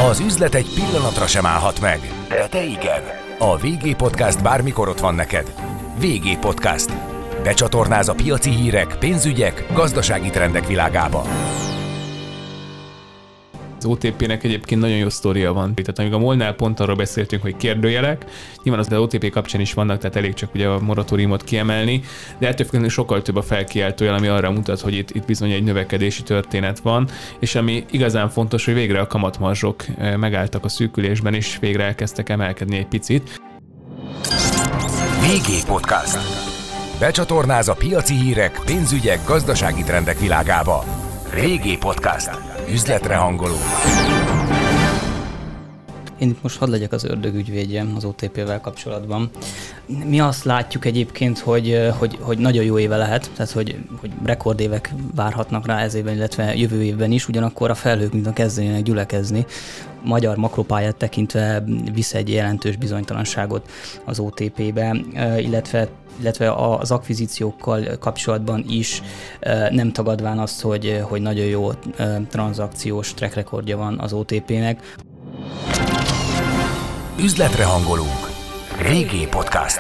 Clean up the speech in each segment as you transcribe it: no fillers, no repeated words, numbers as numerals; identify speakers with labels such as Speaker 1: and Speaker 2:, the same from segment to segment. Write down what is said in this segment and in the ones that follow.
Speaker 1: Az üzlet egy pillanatra sem állhat meg, de te igen. A VG Podcast bármikor ott van neked. VG Podcast. Becsatornáz a piaci hírek, pénzügyek, gazdasági trendek világába.
Speaker 2: Az OTP-nek egyébként nagyon jó sztória van. Tehát amíg a MOL-nál pont arról beszéltünk, hogy kérdőjelek, nyilván az OTP kapcsán is vannak, tehát elég csak ugye a moratóriumot kiemelni, de ettől függetlenül sokkal több a felkiáltójel, ami arra mutat, hogy itt bizony egy növekedési történet van, és ami igazán fontos, hogy végre a kamatmarzsok megálltak a szűkülésben, és végre elkezdtek emelkedni egy picit.
Speaker 1: VG Podcast. Becsatornáz a piaci hírek, pénzügyek, gazdasági trendek világába. VG Podcast. Üzletre hangoló.
Speaker 3: Én itt most hadd legyek az ördög ügyvédje az OTP-vel kapcsolatban. Mi azt látjuk egyébként, hogy nagyon jó éve lehet, tehát hogy rekordévek várhatnak rá ez évben, illetve jövő évben is, ugyanakkor a felhők mintha kezdenének gyülekezni. Magyar makropályát tekintve visz egy jelentős bizonytalanságot az OTP-be, illetve az akvizíciókkal kapcsolatban is nem tagadván azt, hogy nagyon jó tranzakciós track recordja van az OTP-nek.
Speaker 1: Üzletre hangolunk. VG Podcast.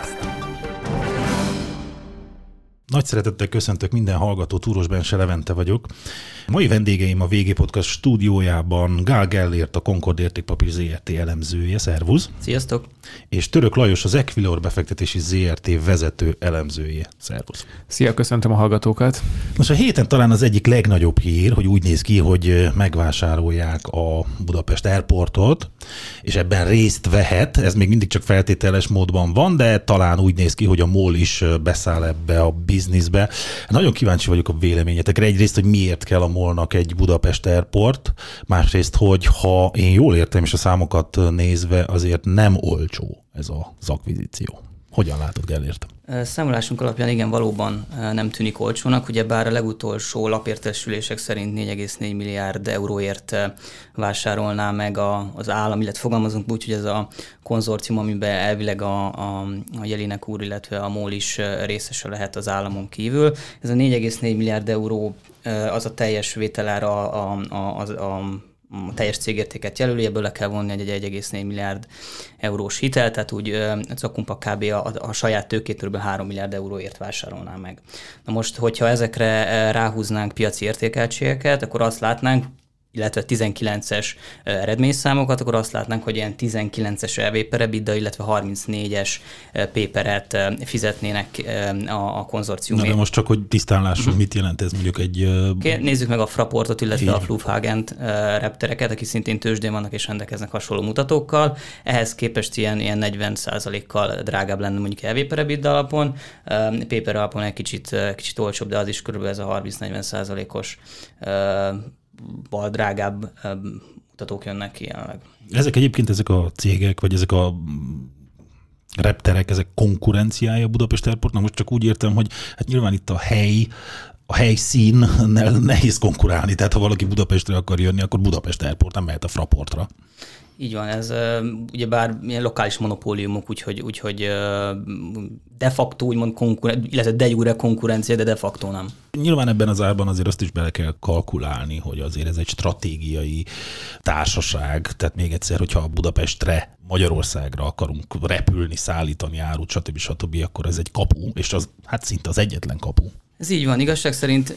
Speaker 4: Nagy szeretettel köszöntök minden hallgatót, Úros Bense Levente vagyok. Mai vendégeim a VG Podcast stúdiójában Gál Gellért, a Concord Értékpapír Zrt. Elemzője. Szervusz!
Speaker 3: Sziasztok!
Speaker 4: És Török Lajos, az Equilor befektetési Zrt. Vezető elemzője. Szervusz!
Speaker 2: Szia, köszöntöm a hallgatókat!
Speaker 4: Most a héten talán az egyik legnagyobb hír, hogy úgy néz ki, hogy megvásárolják a Budapest Airportot, és ebben részt vehet, ez még mindig csak feltételes módban van, de talán úgy néz ki, hogy a MOL is beszáll ebbe a bizniszbe. Nagyon kíváncsi vagyok a véleményetekre. Egyrészt, hogy miért kell a MOL-nak egy Budapest Airport, másrészt, hogy ha én jól értem, és a számokat nézve azért nem olcsó ez az akvizíció. Hogyan látod, Gellért?
Speaker 3: Számolásunk alapján igen, valóban nem tűnik olcsónak, ugyebár a legutolsó lapértesülések szerint 4,4 milliárd euróért vásárolná meg az állam, illetve fogalmazunk úgy, hogy ez a konzorcium, amiben elvileg a Jelinek úr, illetve a MOL is részese lehet az államon kívül. Ez a 4,4 milliárd euró az a teljes vételára a teljes cégértéket jelöli, ebből le kell vonni egy 1,4 milliárd eurós hitel, tehát úgy Zakumpa kb. A saját tőkétől kb. 3 milliárd euróért vásárolná meg. Na most, hogyha ezekre ráhúznánk piaci értékeltségeket, akkor azt látnánk, illetve 19-es eredményszámokat, akkor azt látnánk, hogy ilyen 19-es EV per EBITDA, illetve 34-es P/E-t fizetnének a konzorciumért.
Speaker 4: Na de most csak, hogy tisztán lássuk, mit jelent ez mondjuk egy...
Speaker 3: Nézzük meg a Fraportot, illetve a Flughagen reptereket, akik szintén tőzsdén vannak és rendelkeznek hasonló mutatókkal. Ehhez képest ilyen 40%-kal drágább lenne mondjuk EV per EBITDA alapon. P/E alapon egy kicsit olcsóbb, de az is körülbelül ez a 30-40%-os bal drágább mutatók jönnek ki jelenleg.
Speaker 4: Ezek a cégek, vagy ezek a repterek, ezek konkurenciája a Budapest Airportnak? Most csak úgy értem, hogy hát nyilván itt a helyszínnel nehéz konkurálni, tehát ha valaki Budapestre akar jönni, akkor Budapest Airport, nem mehet a Fraportra.
Speaker 3: Így van, ez ugyebár ilyen lokális monopóliumok, úgyhogy de facto úgymond illetve de jure konkurencia, de facto nem.
Speaker 4: Nyilván ebben az árban azért azt is bele kell kalkulálni, hogy azért ez egy stratégiai társaság, tehát még egyszer, hogyha Budapestre, Magyarországra akarunk repülni, szállítani árut, stb., akkor ez egy kapu, és az hát szinte az egyetlen kapu.
Speaker 3: Ez így van, igazság szerint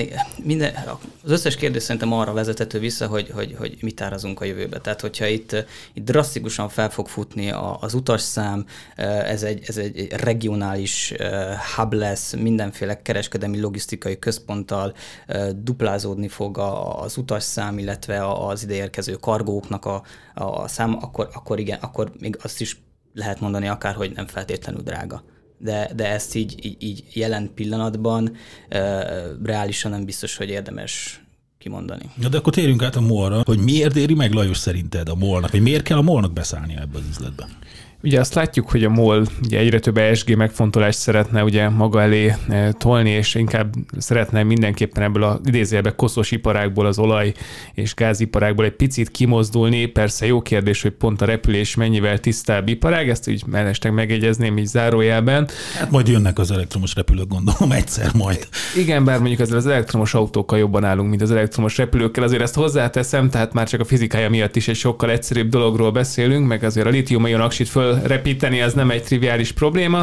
Speaker 3: az összes kérdés szerintem arra vezethető vissza, hogy mit árazunk a jövőbe. Tehát, hogyha itt drasztikusan fel fog futni az utasszám, ez egy regionális hub lesz, mindenféle kereskedelmi logisztikai központtal duplázódni fog az utasszám, illetve az ideérkező kargóknak a szám, akkor igen, akkor még azt is lehet mondani akár, hogy nem feltétlenül drága. De ezt így jelen pillanatban reálisan nem biztos, hogy érdemes kimondani.
Speaker 4: Ja, de akkor térjünk át a MOL-ra, hogy miért éri meg, Lajos, szerinted a MOL-nak, vagy miért kell a MOL-nak beszállnia ebbe az üzletbe?
Speaker 2: Ugye azt látjuk, hogy a MOL ugye egyre több ESG megfontolást szeretne ugye maga elé tolni, és inkább szeretne mindenképpen ebből az idézőjelben koszos iparágból, az olaj- és gáziparágból egy picit kimozdulni. Persze jó kérdés, hogy pont a repülés mennyivel tisztább iparág, ezt úgy mellesleg megjegyezném így zárójelben.
Speaker 4: Hát majd jönnek az elektromos repülők, gondolom egyszer majd.
Speaker 2: Igen, bár mondjuk az elektromos autókkal jobban állunk, mint az elektromos repülőkkel, azért ezt hozzáteszem, tehát már csak a fizikája miatt is egy sokkal egyszerűbb dologról beszélünk, meg azért a lítium-ion aksit fölrepíteni, az nem egy triviális probléma,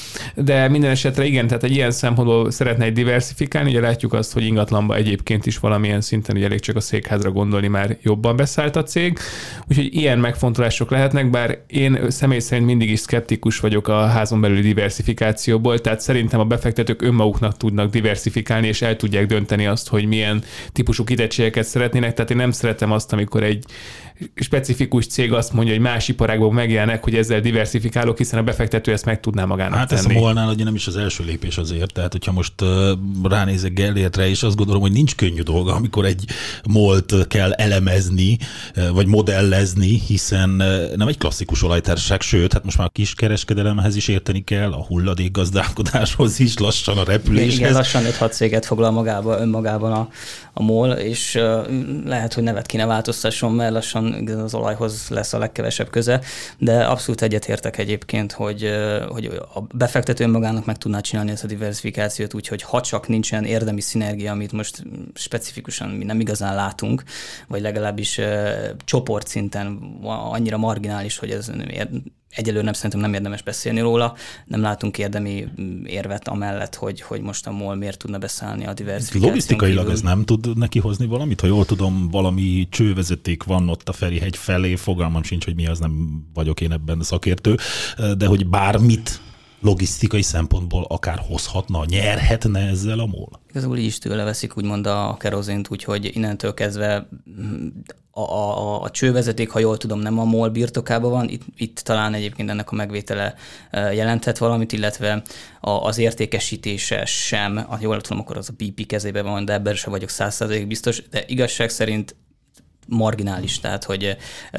Speaker 2: de minden esetre igen, tehát egy ilyen szempontból szeretne egy diversifikálni, ugye látjuk azt, hogy ingatlanba egyébként is valamilyen szinten, ugye elég csak a székházra gondolni, már jobban beszállt a cég, úgyhogy ilyen megfontolások lehetnek, bár én személy szerint mindig is szkeptikus vagyok a házon belüli diversifikációból, tehát szerintem a befektetők önmaguknak tudnak diversifikálni, és el tudják dönteni azt, hogy milyen típusú kitettségeket szeretnének, tehát én nem szeretem azt, amikor egy specifikus cég azt mondja, hogy más iparágból megjelennek, hogy ezzel diversifikálok, hiszen a befektető ezt meg tudná magának tenni.
Speaker 4: Hát ez a MOL-nál ugye nem is az első lépés azért, tehát hogyha most ránézek Gellértre, és azt gondolom, hogy nincs könnyű dolga, amikor egy MOL-t kell elemezni, vagy modellezni, hiszen nem egy klasszikus olajtársaság, sőt, hát most már a kiskereskedelemhez is érteni kell, a hulladékgazdálkodáshoz is, lassan a repüléshez.
Speaker 3: Igen, lassan 5-6 céget foglal önmagában a MOL, és lehet, hogy nevet kéne változtasson, mert lassan az olajhoz lesz a legkevesebb köze, de abszolút egyetértek egyébként, hogy a befektető magának meg tudná csinálni ezt a diversifikációt, úgyhogy ha csak nincsen érdemi szinergia, amit most specifikusan mi nem igazán látunk, vagy legalábbis csoportszinten annyira marginális, hogy ez egyelőre szerintem nem érdemes beszélni róla, nem látunk érdemi érvet amellett, hogy most a MOL miért tudna beszállni a diversifikáción.
Speaker 4: Logisztikailag
Speaker 3: kívül.
Speaker 4: ez nem tud neki hozni valamit? Ha jól tudom, valami csővezeték van ott a Ferihegy felé, fogalmam sincs, hogy mi az, nem vagyok én ebben szakértő, de hogy bármit logisztikai szempontból akár hozhatna, nyerhetne ezzel a MOL?
Speaker 3: Igazából így is tőle veszik úgymond a kerozint, úgyhogy innentől kezdve a csővezeték, ha jól tudom, nem a MOL birtokában van, itt talán egyébként ennek a megvétele jelenthet valamit, illetve az értékesítése sem, ha jól tudom, akkor az a BP kezében van, de ebben sem vagyok 100% biztos, de igazság szerint marginális, tehát hogy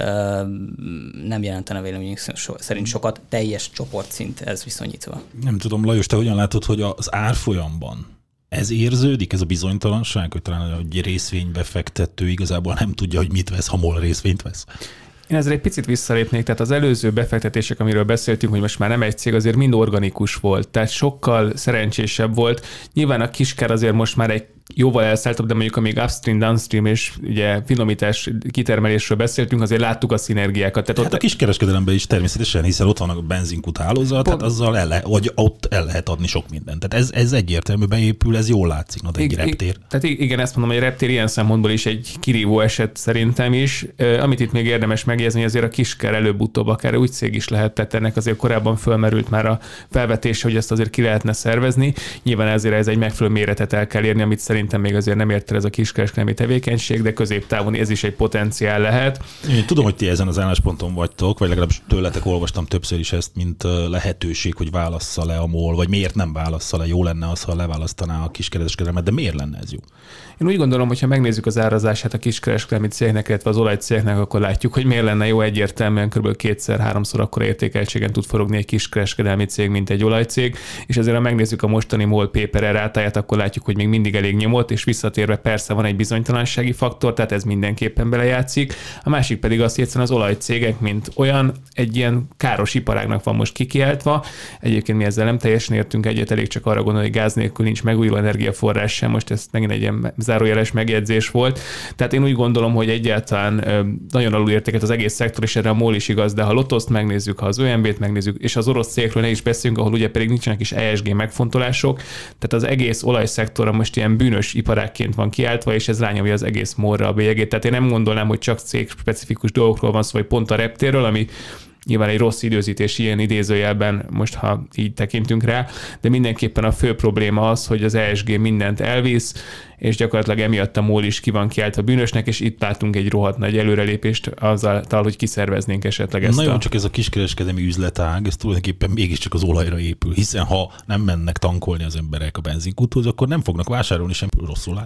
Speaker 3: nem jelentene véleményünk szerint sokat, teljes csoportszint ez viszonyítva.
Speaker 4: Nem tudom, Lajos, te hogyan látod, hogy az árfolyamban ez érződik, ez a bizonytalanság, hogy talán egy részvénybefektető igazából nem tudja, hogy mit vesz, ha MOL részvényt vesz?
Speaker 2: Én ezzel egy picit visszalépnék, tehát az előző befektetések, amiről beszéltünk, hogy most már nem egy cég, azért mind organikus volt, tehát sokkal szerencsésebb volt. Nyilván a kiskár azért most már egy jóval elszálltabb, de mondjuk amíg upstream, downstream és ugye finomítás, kitermelésről beszéltünk, azért láttuk a szinergiákat. Tehát
Speaker 4: hát a kiskereskedelemben is természetesen, hiszen ott van a benzinkút hálózat, tehát azzal ott el lehet adni sok mindent. Tehát ez egyértelműen épül, ez jól látszik, egy reptér.
Speaker 2: Tehát igen, ezt mondom, hogy a reptér ilyen szempontból is egy kirívó eset szerintem is. Amit itt még érdemes megjegyezni, hogy azért a kiskár előbb-utóbb akár úgy cég is lehet, tehát ennek azért korábban fölmerült már a felvetése, hogy ezt azért ki lehetne szervezni. Nyilván ezért ez egy megfelelő méretet el kell érni, amit szerintem még azért nem ért el ez a kiskereskedelmi tevékenység, de középtávon ez is egy potenciál lehet.
Speaker 4: Én tudom, hogy ti ezen az állásponton vagytok, vagy legalábbis tőletek olvastam többször is ezt, mint lehetőség, hogy válassza le a MOL, vagy miért nem válassza le. Jó lenne az, ha leválasztaná a kiskereskedelmet, de miért lenne ez jó?
Speaker 2: Én úgy gondolom, hogy ha megnézzük az árazását a kiskereskedelmi cégnek, illetve az olajcégnek, akkor látjuk, hogy miért lenne jó, egyértelműen kb. 2-3-szor akkora értékeltségen tud forogni egy kiskereskedelmi cég, mint egy olajcég, és ezért ha megnézzük a mostani MOL paper rátáját, akkor látjuk, hogy még mindig elég nyomott, és visszatérve persze van egy bizonytalansági faktor, tehát ez mindenképpen belejátszik. A másik pedig az, hogy egyszerűen az olajcégek, mint olyan, egy ilyen káros iparágnak van most kikiáltva. Egyébként mi ezzel nem teljesen értünk egyet, elég csak arra gondolni, hogy gáz nélkül nincs megújuló energiaforrás sem, most ez megint egy ilyen zárójeles megjegyzés volt. Tehát én úgy gondolom, hogy egyáltalán nagyon alulértékelt az egész szektor, és erre a MOL is igaz, de ha Lotoszt megnézzük, ha az ÖMB-t megnézzük, és az orosz cégekről ne is beszélünk, ahol ugye pedig nincsenek is ESG megfontolások, tehát az egész olajszektorra most ilyen bűnös iparágként van kiáltva, és ez rányomja az egész MOL-ra a bélyegét. Tehát én nem gondolnám, hogy csak cég specifikus dolgokról van szó, vagy pont a reptérről, ami nyilván egy rossz időzítés ilyen idézőjelben, most ha így tekintünk rá, de mindenképpen a fő probléma az, hogy az ESG mindent elvisz, és gyakorlatilag emiatt a MOL is ki van kiáltva bűnösnek, és itt látunk egy rohadt nagy előrelépést azáltal, hogy kiszerveznénk esetleg ezt.
Speaker 4: Nagyon csak ez a kiskereskedelmi üzletág, ez tulajdonképpen mégiscsak az olajra épül, hiszen ha nem mennek tankolni az emberek a benzinkúthoz, akkor nem fognak vásárolni sem, rosszul látom.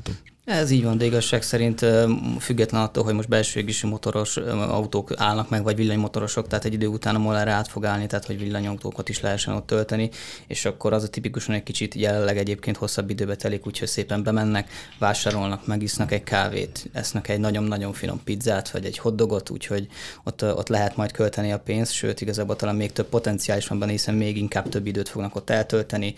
Speaker 3: Ez így van, de igazság szerint független attól, hogy most belső égésű motoros autók állnak meg, vagy villanymotorosok, tehát egy idő után a MOL erre át fog állni, tehát hogy villanyautókat is lehessen ott tölteni, és akkor az a tipikusan egy kicsit jelenleg egyébként hosszabb időbe telik, úgyhogy szépen bemennek, vásárolnak, megisznak egy kávét, esznek egy nagyon-nagyon finom pizzát, vagy egy hotdogot, úgyhogy ott lehet majd költeni a pénzt, sőt igazából talán még több potenciális van benne, hiszen még inkább több időt fognak ott eltölteni.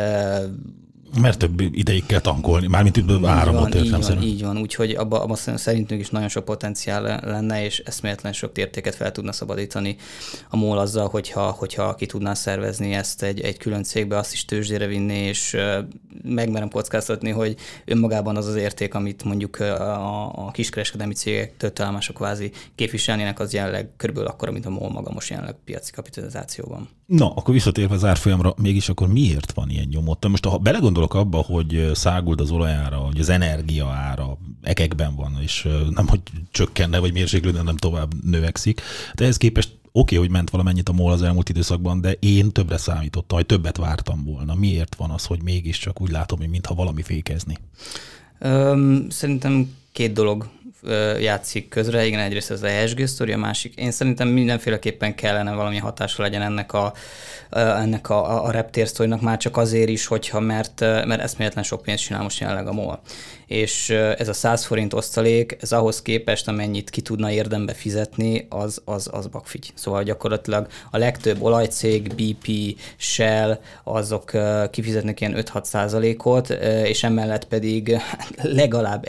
Speaker 4: Mert több ideig kell tankolni, mármint áramot értelemszerűen.
Speaker 3: Így van, úgyhogy abban szerintünk is nagyon sok potenciál lenne, és eszméletlen sok értéket fel tudna szabadítani a MOL azzal, hogyha ki tudná szervezni ezt egy külön cégbe, azt is tőzsdére vinni, és megmerem kockáztatni, hogy önmagában az az érték, amit mondjuk a kiskereskedelmi cégek tőkeállomások kvázi képviselnének, az jelenleg körülbelül akkora, mint a MOL maga most jelenleg piaci kapitalizációban.
Speaker 4: Na, akkor visszatérve az árfolyamra, mégis akkor miért van ilyen nyomott? Most ha belegondolok abba, hogy száguld az olajára, hogy az energia ára ekekben van, és nem, hogy csökkenne, vagy mérséklődne, nem tovább növekszik. De ehhez képest oké, hogy ment valamennyit a MOL az elmúlt időszakban, de én többre számítottam, vagy többet vártam volna. Miért van az, hogy mégiscsak úgy látom, hogy mintha valami fékezni?
Speaker 3: Szerintem két dolog játszik közre. Igen, egyrészt ez a ESG sztori, a másik. Én szerintem mindenféleképpen kellene valami hatása legyen ennek a reptérsztorinak, már csak azért is, mert eszméletlen sok pénzt csinál most jelenleg a MOL. És ez a 100 forint osztalék, ez ahhoz képest, amennyit ki tudna érdembe fizetni, az bakfigy. Szóval gyakorlatilag a legtöbb olajcég, BP, Shell, azok kifizetnek ilyen 5-6%-ot, és emellett pedig legalább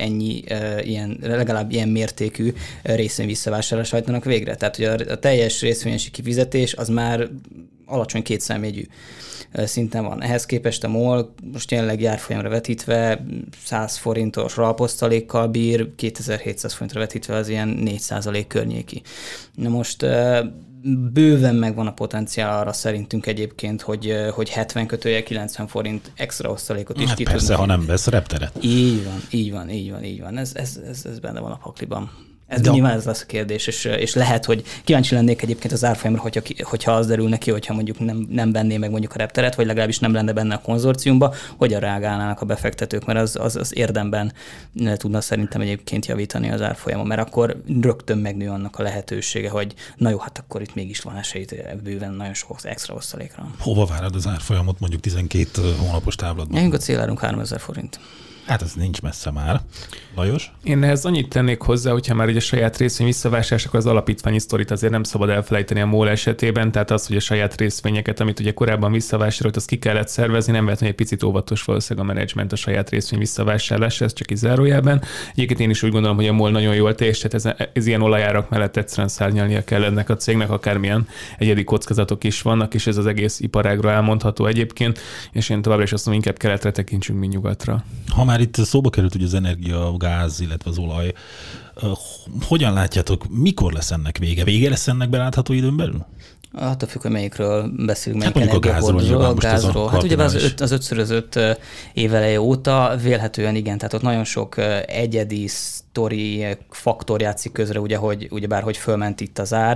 Speaker 3: ilyen mértékű részvény visszavásárlás hajtanak végre. Tehát hogy a teljes részvényesi kifizetés az már alacsony kétszámjegyű szinten van. Ehhez képest a MOL most jelenleg árfolyamra vetítve 100 forintos alaposztalékkal bír, 2700 forintra vetítve az ilyen 4% környéki. Na most bőven megvan a potenciál arra szerintünk egyébként, hogy 70-90 forint extra osztalékot is ki
Speaker 4: persze, ha nem vesz repteret.
Speaker 3: Így van. Ez benne van a pakliban. Nyilván ez lesz a kérdés, és lehet, hogy kíváncsi lennék egyébként az árfolyamra, hogyha az derül neki, hogyha mondjuk nem venné meg mondjuk a repteret, vagy legalábbis nem lenne benne a konzorciumba, hogyan reagálnának a befektetők, mert az érdemben tudna szerintem egyébként javítani az árfolyamon, mert akkor rögtön megnő annak a lehetősége, hogy na jó, hát akkor itt mégis van esélyt bőven nagyon sok extra osztalékra.
Speaker 4: Hova várad az árfolyamot mondjuk 12 hónapos távlatban?
Speaker 3: Nekünk a célárunk 3000 forint.
Speaker 4: Hát ez nincs messze már. Lajos?
Speaker 2: Én ehhez annyit tennék hozzá, hogyha már ugye a saját részvény visszavásárlás, akkor az alapítványi sztorit azért nem szabad elfelejteni a MOL esetében, tehát az, hogy a saját részvényeket, amit ugye korábban visszavásárolt, azt ki kellett szervezni, nem vehetni, egy picit óvatos valószínűleg a menedzsment a saját részvény visszavásárlásra, ez csak így zárójában. Egyébként én is úgy gondolom, hogy a MOL nagyon jól teljesített, ez ilyen olajárak mellett egyszerűen szárnyalnia kell ennek a cégnek, akármilyen egyedi kockázatok is vannak, és ez az egész iparágra elmondható egyébként, és én továbbra is azt mondom, inkább keletre tekintsünk, mint nyugatra.
Speaker 4: Ha már itt szóba került ugye az energia, a gáz, illetve az olaj, hogyan látjátok, mikor lesz ennek vége? Vége lesz ennek belátható időn belül?
Speaker 3: Attól függ, hogy melyikről beszélünk,
Speaker 4: melyik energiahordozóról.
Speaker 3: A gázról. Hát ugye az ötszörözött éveleje óta vélhetően igen, tehát ott nagyon sok egyedi sztori faktor játszik közre, ugye, hogy fölment itt az ár.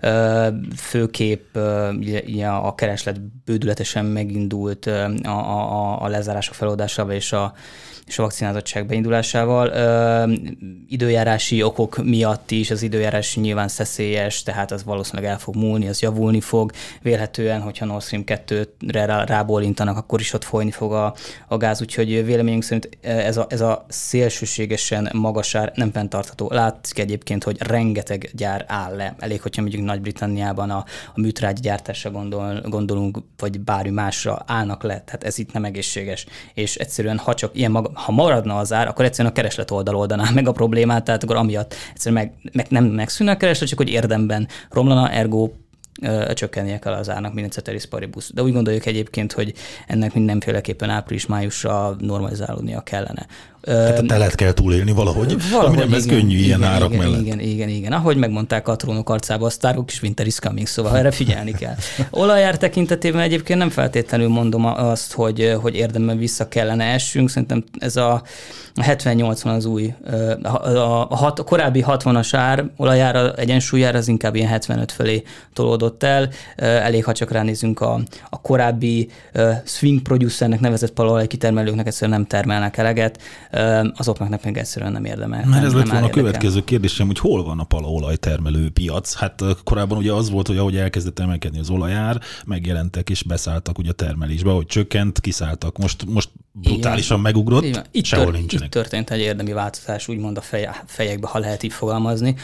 Speaker 3: Főképp a kereslet bődületesen megindult a lezárások feloldásával és a vakcinázottság beindulásával. Időjárási okok miatt is, az időjárás nyilván szeszélyes, tehát az valószínűleg el fog múlni, az javulni fog. Vélhetően, hogyha Nord Stream 2-re rábólintanak, akkor is ott folyni fog a gáz, úgyhogy véleményünk szerint ez a szélsőségesen magas ár nem fenntartható. Látszik egyébként, hogy rengeteg gyár áll le. Elég, hogyha mondjuk Nagy-Britanniában a műtrágya gyártásra gondolunk, vagy bármi másra állnak le, tehát ez itt nem egészséges. És egyszerűen, ha maradna az ár, akkor egyszerűen a kereslet oldal oldaná meg a problémát, tehát akkor amiatt egyszerűen nem megszűnne a kereslet, csak hogy érdemben romlana, ergo csökkennie kell az árnak, mint ceteris paribus. De úgy gondoljuk egyébként, hogy ennek mindenféleképpen április-májusra normalizálódnia kellene.
Speaker 4: Tehát a telet kell túlélni valahogy ami nem ez könnyű ilyen árak mellett.
Speaker 3: Igen. Ahogy megmondták a trónok arcába, a sztárok is winter is coming, szóval erre figyelni kell. Olajár tekintetében egyébként nem feltétlenül mondom azt, hogy érdemben vissza kellene essünk. Szerintem ez a 70-80 az új. A korábbi 60-as ár, olajára, egyensúlyára az inkább ilyen 75 felé tolódott fogadott el. Elég, ha csak ránézünk a korábbi swing producernek nevezett palaolaj kitermelőknek, egyszerűen nem termelnek eleget, azoknak meg egyszerűen nem érdemel.
Speaker 4: Mert ez lett volna a következő kérdésem, hogy hol van a palaolaj termelő piac? Hát korábban ugye az volt, hogy ahogy elkezdett emelkedni az olajár, megjelentek és beszálltak ugye a termelésbe, ahogy csökkent, kiszálltak. Most brutálisan megugrott, sehol nincsenek.
Speaker 3: Itt történt egy érdemi változás, úgymond a fejekbe, ha lehet így fogalmazni.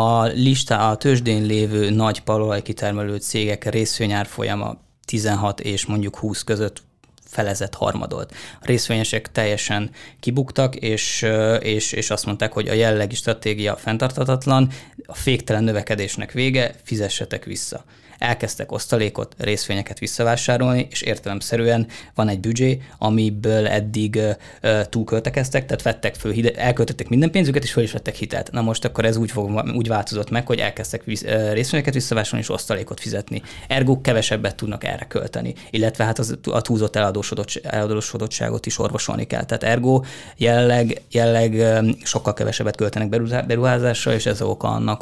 Speaker 3: A tőzsdén lévő nagy palaolaj kitermelő cégek részvényárfolyama 16 és mondjuk 20 között felezett, harmadolt. A részvényesek teljesen kibuktak, és azt mondták, hogy a jelenlegi stratégia fenntarthatatlan, a féktelen növekedésnek vége, fizessetek vissza. Elkezdtek osztalékot, részvényeket visszavásárolni, és értelemszerűen van egy büdzsé, amiből eddig túlköltekeztek, tehát vettek föl, elköltöttek minden pénzüket, és föl is vettek hitelt. Na most akkor ez úgy változott meg, hogy elkezdtek részvényeket visszavásárolni, és osztalékot fizetni. Ergo kevesebbet tudnak erre költeni, illetve hát a túlzott eladósodottságot is orvosolni kell. Tehát ergo jelenleg sokkal kevesebbet költenek beruházásra, és ez oka annak,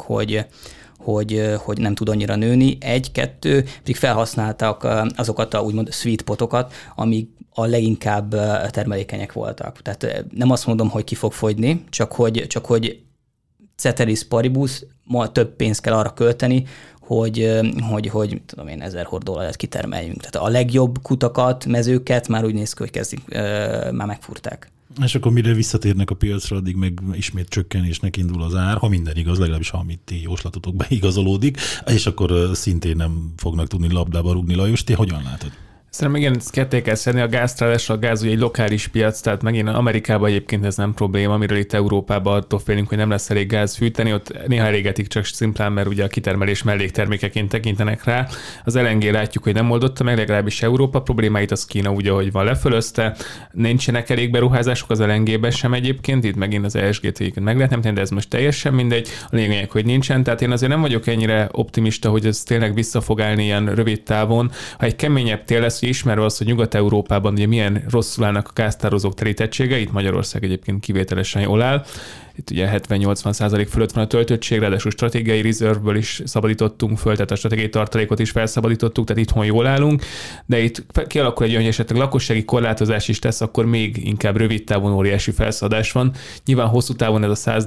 Speaker 3: hogy nem tud annyira nőni. 1-2, pedig felhasználtak azokat a úgymond sweet potokat, amik a leginkább termelékenyek voltak. Tehát nem azt mondom, hogy ki fog fogyni, csak hogy ceteris paribus, ma több pénzt kell arra költeni, hogy tudom én, $1000 kitermeljünk. Tehát a legjobb kutakat, mezőket már úgy néz ki, hogy kezdik, már megfúrták.
Speaker 4: És akkor mire visszatérnek a piacra, addig meg ismét csökkenésnek indul az ár, ha minden igaz, legalábbis ha amit ti jóslatotok beigazolódik, és akkor szintén nem fognak tudni labdába rúgni. Lajos, ti hogyan látod?
Speaker 2: Szerintem igen, ketté kell szedni a gázt, ráadásul a gáz ugye egy lokális piac, tehát megint Amerikában egyébként ez nem probléma, amiről itt Európában attól félünk, hogy nem lesz elég gáz fűteni, ott néha elégetik csak szimplán, mert ugye a kitermelés melléktermékeként tekintenek rá. Az LNG látjuk, hogy nem oldotta meg, legalábbis Európa problémáit, az Kína úgy, ahogy van lefölözte, nincsenek elég beruházások az LNG-ben sem egyébként, itt megint az ESG-t meg lehet tenni, de ez most teljesen mindegy, a lényeg, hogy nincsen, tehát én azért nem vagyok ennyire optimista, hogy ez tényleg vissza fog állni ilyen rövid távon. Ha egy keményebb tél lesz, ismerve az, hogy Nyugat-Európában ugye milyen rosszul állnak a gáztározók terítettsége, itt Magyarország egyébként kivételesen jól áll, itt ugye 70-80% fölött van a töltöttség, ráadásul stratégiai reserve-ből is szabadítottunk föl, tehát a stratégiai tartalékot is felszabadítottuk, tehát itthon jól állunk, de itt kialakul egy olyan, hogy esetleg lakossági korlátozás is tesz, akkor még inkább rövid távon óriási felszabadás van. Nyilván hosszú távon ez a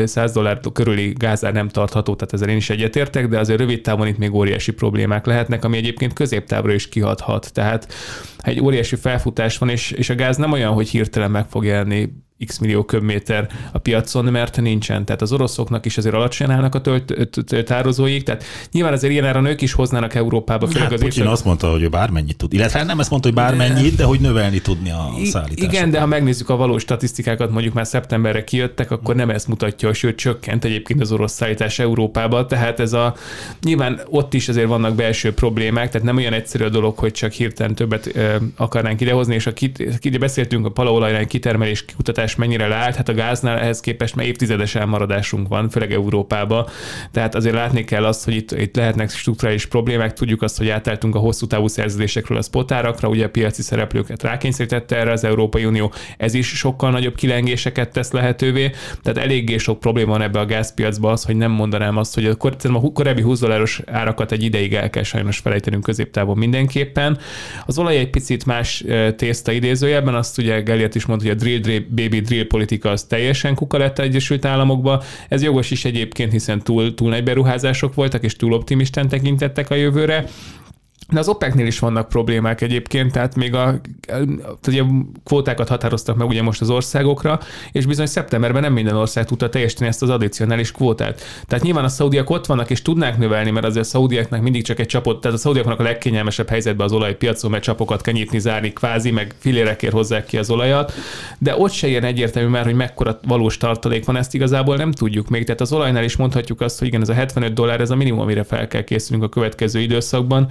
Speaker 2: $100 körüli gázár nem tartható, tehát ezzel én is egyetértek, de azért rövid távon itt még óriási problémák lehetnek, ami egyébként középtávra is kihathat. Tehát ha egy óriási felfutás van, és a gáz nem olyan, hogy hirtelen meg fog jelenni x millió köbméter a piacon, mert nincsen. Tehát az oroszoknak is azért alacsonyan állnak a tározóik, tehát nyilván azért ilyen áron ők is hoznának Európába.
Speaker 4: Hát Putyin azt mondta, hogy ő bármennyit tud. Illetve nem ezt mondta, hogy bármennyit, de hogy növelni tudni a szállítást.
Speaker 2: Igen, de ha megnézzük a valós statisztikákat, mondjuk már szeptemberre kijöttek, akkor nem ezt mutatja, sőt csökkent egyébként az orosz szállítás Európába, tehát nyilván ott is azért vannak belső problémák, tehát nem olyan egyszerű a dolog, hogy csak hirtelen többet akarnánk idehozni, és beszéltünk a palaolajnál kitermelés kutatás mennyire leállt, hát a gáznál ehhez képest már évtizedes elmaradásunk van, főleg Európában. Tehát azért látni kell azt, hogy itt lehetnek strukturális problémák, tudjuk azt, hogy átálltunk a hosszú távú szerződésekről a spotárakra, ugye a piaci szereplőket rákényszerítette erre az Európai Unió, ez is sokkal nagyobb kilengéseket tesz lehetővé, tehát eléggé sok probléma van ebbe a gázpiacban az, hogy nem mondanám azt, hogy a korábbi $20 árakat egy ideig el kell sajnos felejtenünk középtávon mindenképpen. Az olaj egy picit más tészta idézőjelben, azt ugye Gellért is mondta, hogy a baby drill politika az teljesen kuka lett az Egyesült Államokba. Ez jogos is egyébként, hiszen túl nagy beruházások voltak, és túl optimistán tekintettek a jövőre. De az OPEC-nél is vannak problémák egyébként, tehát még ugye kvótákat határoztak meg ugye most az országokra, és bizony szeptemberben nem minden ország tudta teljesíteni ezt az addicionális kvótát. Tehát nyilván a szaudiak ott vannak, és tudnák növelni, mert azért a szaudiaknak mindig csak egy csapot, tehát a szaudiak vannak a legkényelmesebb helyzetben az olajpiacon, mert csapokat kell nyitni, zárni kvázi, meg filérekért hozzák ki az olajat, de ott se ilyen egyértelmű már, hogy mekkora valós tartalék van, ezt igazából nem tudjuk még. Tehát az olajnál is mondhatjuk azt, hogy igen, ez a $75, ez a minimum, amire fel kell készülnünk a következő időszakban.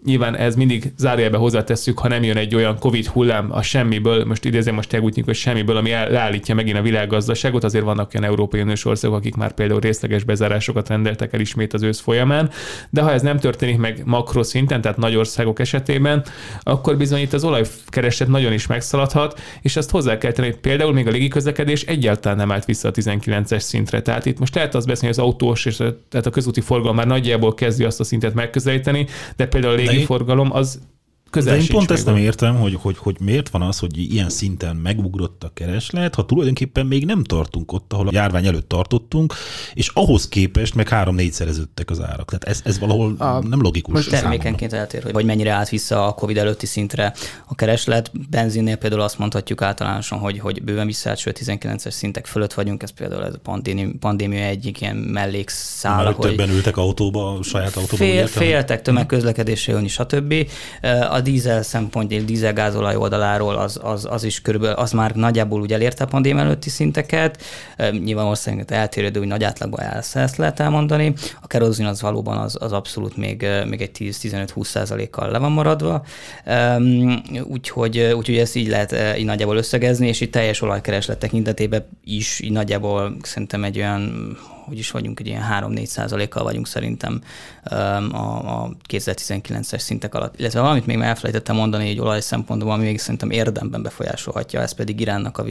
Speaker 2: nyilván ez mindig zárójelbe hozzátesszük, ha nem jön egy olyan Covid hullám a semmiből, most idézem, most úgy hogy semmiből, ami leállítja megint a világgazdaságot, azért vannak olyan Európai Uniós országok, akik már például részleges bezárásokat rendeltek el ismét az ősz folyamán, de ha ez nem történik meg makroszinten, tehát nagy országok esetében, akkor bizony itt az olajkereslet nagyon is megszaladhat, és azt hozzá kell tenni, hogy például még a légiközlekedés egyáltalán nem állt vissza a 19-es szintre. Tehát itt most lehet azt beszélni, hogy az autós és tehát a közúti forgalom már nagyjából kezdi azt a szintet megközelíteni, de például a légiforgalom az közel
Speaker 4: de én
Speaker 2: sincs
Speaker 4: pont ezt nem
Speaker 2: van.
Speaker 4: értem, hogy miért van az, hogy ilyen szinten megugrott a kereslet, ha tulajdonképpen még nem tartunk ott, ahol a járvány előtt tartottunk, és ahhoz képest meg 3-4-szereződtek az árak. Tehát ez valahol nem logikus.
Speaker 3: Most termékenként eltér, hogy mennyire állt vissza a Covid előtti szintre a kereslet. Benzinnél például azt mondhatjuk általánosan, hogy bőven visszaállt, sőt 19-es szintek fölött vagyunk, ez például ez a pandémia egyik ilyen mellékszál.
Speaker 4: Már többen ültek autóba, saját autóba.
Speaker 3: Féltek tömegközlekedésre jönni, stb. A dízel szempontjából, dízelgázolaj oldaláról az is körülbelül, az már nagyjából úgy elérte a pandémia előtti szinteket. Nyilván országokat eltérő, de úgy nagy átlagban ezt lehet elmondani. A kerozin az valóban az abszolút még egy 10-15-20%-kal le van maradva. Úgyhogy ezt így lehet így nagyjából összegezni, és itt teljes olajkereslet tekintetében is így nagyjából szerintem egy olyan, hogy is vagyunk, egy ilyen 3-4%-kal vagyunk szerintem a 2019-es szintek alatt. Illetve valamit még elfelejtettem mondani egy olaj szempontból, ami még szerintem érdemben befolyásolhatja, ez pedig Iránnak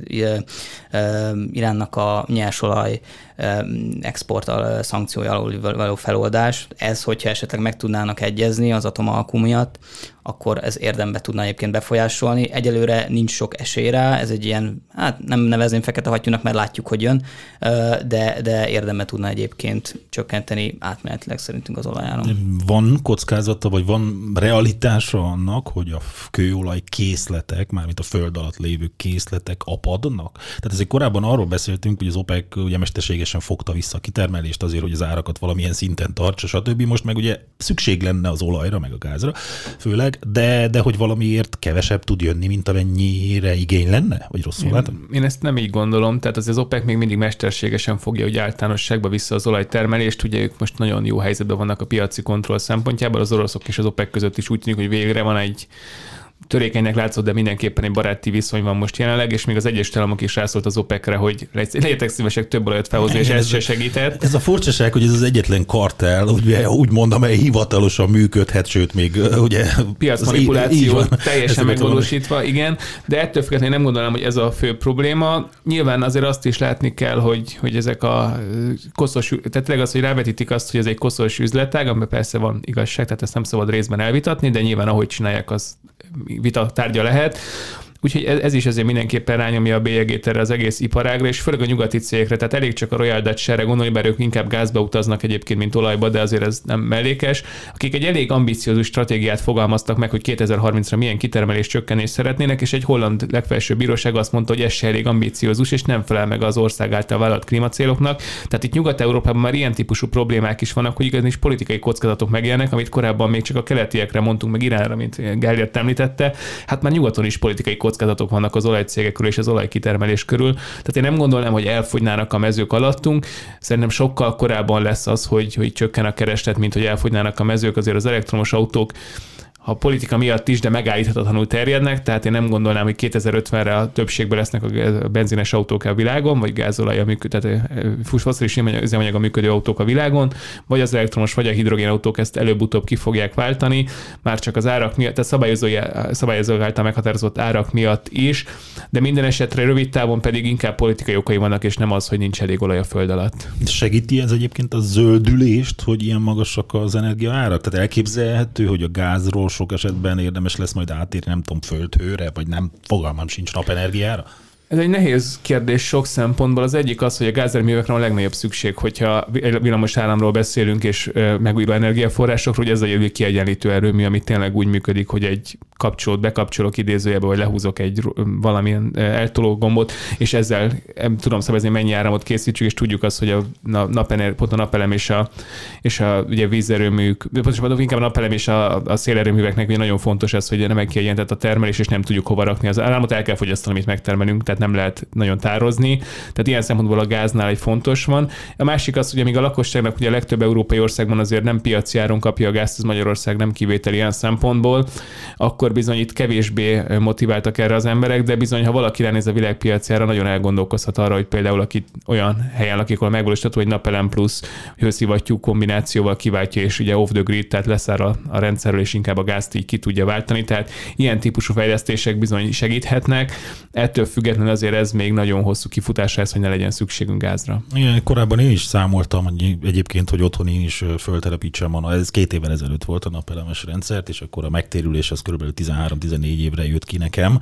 Speaker 3: Iránnak a nyersolaj export szankciója alól való feloldás. Ez, hogyha esetleg meg tudnának egyezni az atomalkú miatt, akkor ez érdemben tudna egyébként befolyásolni. Egyelőre nincs sok esély rá, ez egy ilyen, hát nem nevezném fekete hattyúnak, mert látjuk, hogy jön, de érdemben tudna egyébként csökkenteni átmenetileg szerintünk az olajáron.
Speaker 4: Van kockázata, vagy van realitása annak, hogy a kőolaj készletek, mármint a föld alatt lévő készletek apadnak? Tehát ezért korábban arról beszéltünk, hogy az OPEC ugye mesterségesen fogta vissza a kitermelést azért, hogy az árakat valamilyen szinten tartsa, stb. Most meg ugye szükség lenne az olajra, meg a gázra, főleg, de hogy valamiért kevesebb tud jönni, mint amennyire igény lenne? Vagy rosszul látom?
Speaker 2: Én ezt nem így gondolom, tehát az OPEC még mindig mesterségesen fogja ugye általánosságba vissza az olajtermelést, ugye ők most nagyon jó helyzetben vannak a piaci kontroll szempontjából, az oroszok és az OPEC között is úgy tűnik, hogy végre van egy törékenynek látszott, de mindenképpen egy baráti viszony van most jelenleg, és még az Egyesült Államok is rászólt az OPEC-re, hogy legyetek szívesek több olajat felhozni, és ez se segített.
Speaker 4: Ez a furcsaság, hogy ez az egyetlen kartel, úgy mondom, amely hivatalosan működhet, sőt még ugye...
Speaker 2: Piacmanipuláció teljesen megvalósítva, igen, de ettől függetlenül nem gondolom, hogy ez a fő probléma. Nyilván azért azt is látni kell, hogy ezek a koszos, tehát tényleg az, hogy rávetítik azt, hogy ez egy koszos üzletág, amiben persze van igazság, tehát ezt nem szabad részben elvitatni, de nyilván ahogy csinálják, az vita tárgya lehet. Úgyhogy ez is azért mindenképpen rányomja a bélyegét erre az egész iparágra, és főleg a nyugati cégekre, tehát elég csak a Royal Dutch Shell-re gondolni, bár ők inkább gázba utaznak egyébként, mint olajba, de azért ez nem mellékes, akik egy elég ambiciózus stratégiát fogalmaztak meg, hogy 2030-ra milyen kitermelés csökkenést szeretnének, és egy holland legfelsőbb bíróság azt mondta, hogy ez se elég ambiciózus, és nem felel meg az ország által vállalt klímacéloknak. Tehát itt Nyugat-Európában már ilyen típusú problémák is vannak, hogy igenis politikai kockázatok megjelennek, amit korábban még csak a keletiekre mondtunk, meg Iránra, mint Gellért említette. Hát már nyugaton is politikai kockázatok vannak az olajcégek körül és az olajkitermelés körül. Tehát én nem gondolnám, hogy elfogynának a mezők alattunk. Szerintem sokkal korábban lesz az, hogy csökken a kereslet, mint hogy elfogynának a mezők. Azért az elektromos autók a politika miatt is, de megállíthatatlanul terjednek, tehát én nem gondolnám, hogy 2050-re a többségben lesznek a benzines autók a világon, vagy gázolaj, tehát fosszilis üzemanyag a működő autók a világon, vagy az elektromos, vagy a hidrogén autók ezt előbb-utóbb ki fogják váltani, már csak az árak miatt, tehát szabályozók által meghatározott árak miatt is, de minden esetre rövid távon pedig inkább politikai okai vannak, és nem az, hogy nincs elég olaj a föld alatt.
Speaker 4: Segíti ez egyébként a zöldülést, hogy ilyen magasak az energiaárak? Tehát elképzelhető, hogy a gázról sok esetben érdemes lesz majd átérni, nem tudom, földhőre, vagy nem, fogalmam sincs, napenergiára?
Speaker 2: Ez egy nehéz kérdés sok szempontból. Az egyik az, hogy a gázerőművekre a legnagyobb szükség, hogyha villamos áramról beszélünk, és megújuló energiaforrásokról, hogy ez a kiegyenlítő erőmű, ami tényleg úgy működik, hogy egy bekapcsolok idézőjebe, vagy lehúzok egy valamilyen eltoló gombot, és ezzel tudom szabályozni, mennyi áramot készítsük, és tudjuk azt, hogy a napelem és a ugye vízerőműk, pontosabban inkább a napelem és a szélerőműveknek nagyon fontos ez, hogy nem kiegyenlített a termelés, és nem tudjuk hova rakni az áramot, el kell fogyasztani, amit megtermelünk, tehát nem lehet nagyon tározni. Tehát ilyen szempontból a gáznál egy fontos van. A másik az, hogy amíg a lakosságnak ugye a legtöbb európai országban azért nem piaci áron kapja a gázt, ez Magyarország nem kivétel ilyen szempontból, akkor bizony itt kevésbé motiváltak erre az emberek, de bizony, ha valaki ránéz a világpiacára, nagyon elgondolkozhat arra, hogy például aki olyan helyen lakik, ahol megvalósítható, hogy napelem plusz hőszivattyú kombinációval kiváltja, és ugye off the grid, tehát leszáll a rendszerről, és inkább a gázt így ki tudja váltani. Tehát ilyen típusú fejlesztések bizony segíthetnek. Ettől függetlenül azért ez még nagyon hosszú kifutásra ez, hogy ne legyen szükségünk gázra.
Speaker 4: Igen, korábban én is számoltam egyébként, hogy otthon én is föltelepítsem, ez 2 évvel ezelőtt volt a napelemes rendszert, és akkor a megtérülés az kb. 13-14 évre jött ki nekem.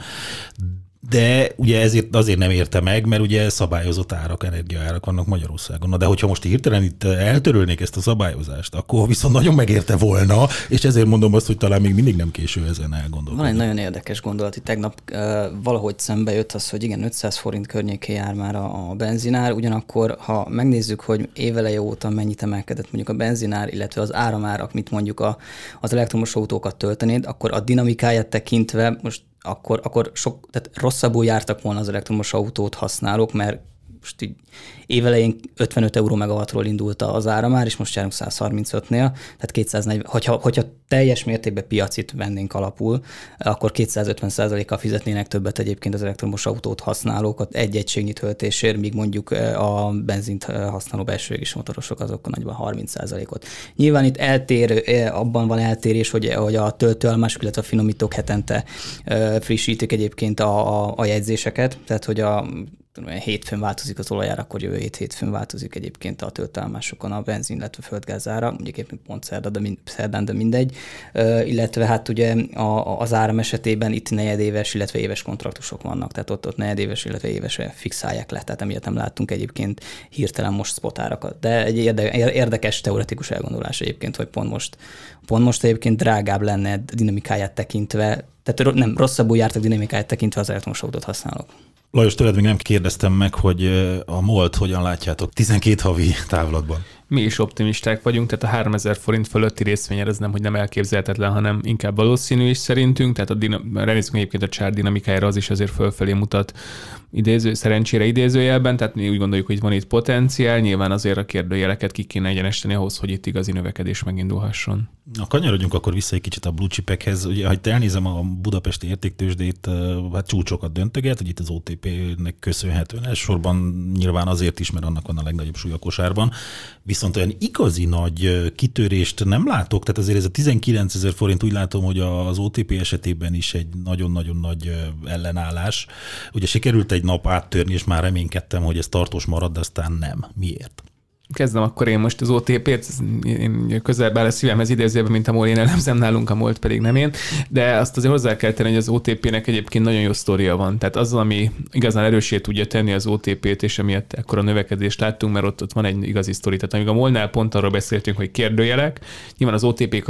Speaker 4: De ugye ezért azért nem érte meg, mert ugye szabályozott árak, energiaárak vannak Magyarországon. Na de hogyha most hirtelen itt eltörölnék ezt a szabályozást, akkor viszont nagyon megérte volna, és ezért mondom azt, hogy talán még mindig nem késő ezen elgondolkodni.
Speaker 3: Van egy nagyon érdekes gondolat, hogy tegnap valahogy szembe jött az, hogy igen, 500 forint környékén jár már a benzinár, ugyanakkor, ha megnézzük, hogy éveleje óta mennyit emelkedett mondjuk a benzinár, illetve az áramárak, mit mondjuk az elektromos autókat töltenéd, akkor a dinamikáját tekintve most akkor tehát rosszabbul jártak volna az elektromos autót használók, mert most így évelején 55 euró megawattról indult az ára már, és most járunk 135-nél, tehát 240, hogyha teljes mértékben piacit vennénk alapul, akkor 250%-kal fizetnének többet egyébként az elektromos autót használók egy egységnyi töltésért, míg mondjuk a benzint használó belső égésű motorosok azok nagyban 30%-ot. Nyilván itt abban van eltérés, hogy a töltőállomások, illetve a finomítók hetente frissítik egyébként a jegyzéseket, tehát hogy hétfőn változik az olajár, akkor jövő hétfőn változik egyébként a töltőállomásokon a benzin, illetve a földgázára, mondjuk éppen pont szerdán, de mindegy. Illetve hát ugye az áram esetében itt negyedéves, illetve éves kontraktusok vannak, tehát ott negyedéves, illetve évesre fixálják le, tehát emiatt nem láttunk egyébként hirtelen most spot árakat. De egy érdekes teoretikus elgondolás egyébként, hogy pont most egyébként drágább lenne dinamikáját tekintve, tehát nem rosszabbul jártak dinamikáját tekintve az elektromos autót használók.
Speaker 4: Lajos, tőled még nem kérdeztem meg, hogy a MOL-t hogyan látjátok 12 havi távlatban?
Speaker 2: Mi is optimisták vagyunk, tehát a 3000 forint fölötti részvényer ez nem elképzelhetetlen, hanem inkább valószínű is szerintünk, tehát ránézzük egyébként a chart dinamikájára, az is azért fölfelé mutat szerencsére idézőjelben, tehát mi úgy gondoljuk, hogy van itt potenciál, nyilván azért a kérdőjeleket ki kéne egyenesteni ahhoz, hogy itt igazi növekedés megindulhasson.
Speaker 4: Kanyarodjunk akkor vissza egy kicsit a blue chipekhez. Ugye, ha elnézem a budapesti értéktőzsdét, hát csúcsokat döntöget, hogy itt az OTP-nek köszönhetően, elsősorban nyilván azért is, mert annak van a legnagyobb súly a kosárban. Viszont olyan igazi nagy kitörést nem látok, tehát azért ez a 19 000 forint úgy látom, hogy az OTP esetében is egy nagyon-nagyon nagy ellenállás. Ugye sikerült egy nap áttörni, és már reménykedtem, hogy ez tartós marad, de aztán nem. Miért?
Speaker 2: Kezdem akkor én most az OTP-t, én közelebb áll a szívemhez idézőben, mint a MOL, én elemzem nálunk, a MOL-t pedig nem én, de azt azért hozzá kell tenni, hogy az OTP-nek egyébként nagyon jó sztoria van. Tehát az, ami igazán erőssé tudja tenni az OTP-t, és emiatt ekkora növekedést láttunk, mert ott van egy igazi sztori. Tehát amíg a MOL-nál pont arról beszéltünk, hogy kérdőjelek, nyilván az OTP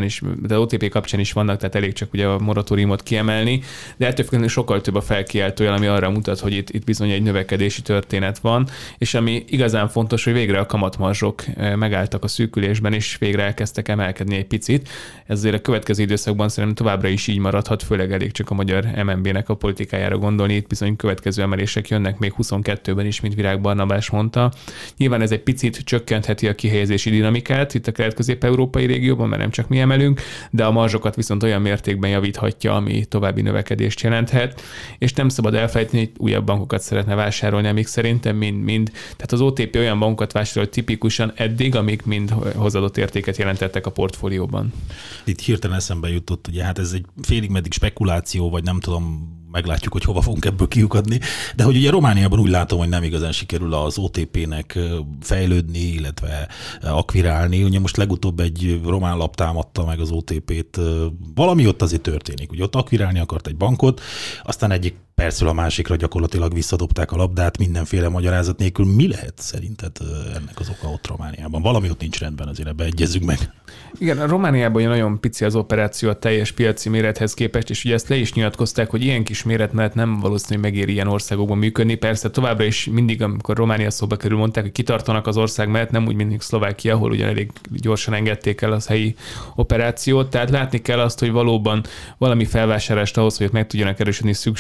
Speaker 2: kapcsán is vannak, tehát elég csak ugye a moratóriumot kiemelni, de ettől függetlenül sokkal több a felkiáltójel, ami arra mutat, hogy itt bizony egy növekedési történet van, és ami igazán fontos, hogy végre a kamatmarzsok megálltak a szűkülésben, és végre elkezdtek emelkedni egy picit. Ez azért a következő időszakban szerintem továbbra is így maradhat, főleg elég csak a magyar MNB-nek a politikájára gondolni. Itt bizony következő emelések jönnek még 22-ben is, mint Virág Barnabás mondta. Nyilván ez egy picit csökkentheti a kihelyezési dinamikát itt a kelet-közép-európai régióban, mert nem csak mi emelünk, de a marzsokat viszont olyan mértékben javíthatja, ami további növekedést jelenthet. És nem szabad elfelejteni, hogy újabb bankokat szeretne vásárolni, amik szerintem mind. Tehát az OTP olyan bankokat vásárol tipikusan eddig, amik mind hozadott értéket jelentettek a portfólióban. Itt
Speaker 4: hirtelen eszembe jutott, ugye hát ez egy félig meddig spekuláció, vagy nem tudom, meglátjuk, hogy hova fogunk ebből kiukadni, de hogy ugye Romániában úgy látom, hogy nem igazán sikerül az OTP-nek fejlődni, illetve akvirálni. Ugye most legutóbb egy román lap támadta meg az OTP-t. Valami ott azért történik. Ugye ott akvirálni akart egy bankot, aztán egyik percről a másikra gyakorlatilag visszadobták a labdát mindenféle magyarázat nélkül. Mi lehet szerinted ennek az oka ott Romániában? Valami ott nincs rendben, azért ebbe egyezzük meg.
Speaker 2: Igen, a Romániában nagyon pici az operáció a teljes piaci mérethez képest, és ugye ezt le is nyilatkozták, hogy ilyen kis méret mellett nem valószínű, hogy megéri ilyen országokban működni. Persze továbbra is mindig, amikor Románia szóba kerül, mondták, hogy kitartanak az ország mellett, nem úgy, mint Szlovákia, ahol ugyan elég gyorsan engedték el az helyi operációt. Tehát látni kell azt, hogy valóban valami felvásárlást ahhoz, hogy meg tudjanak erősödni, szükség lenne.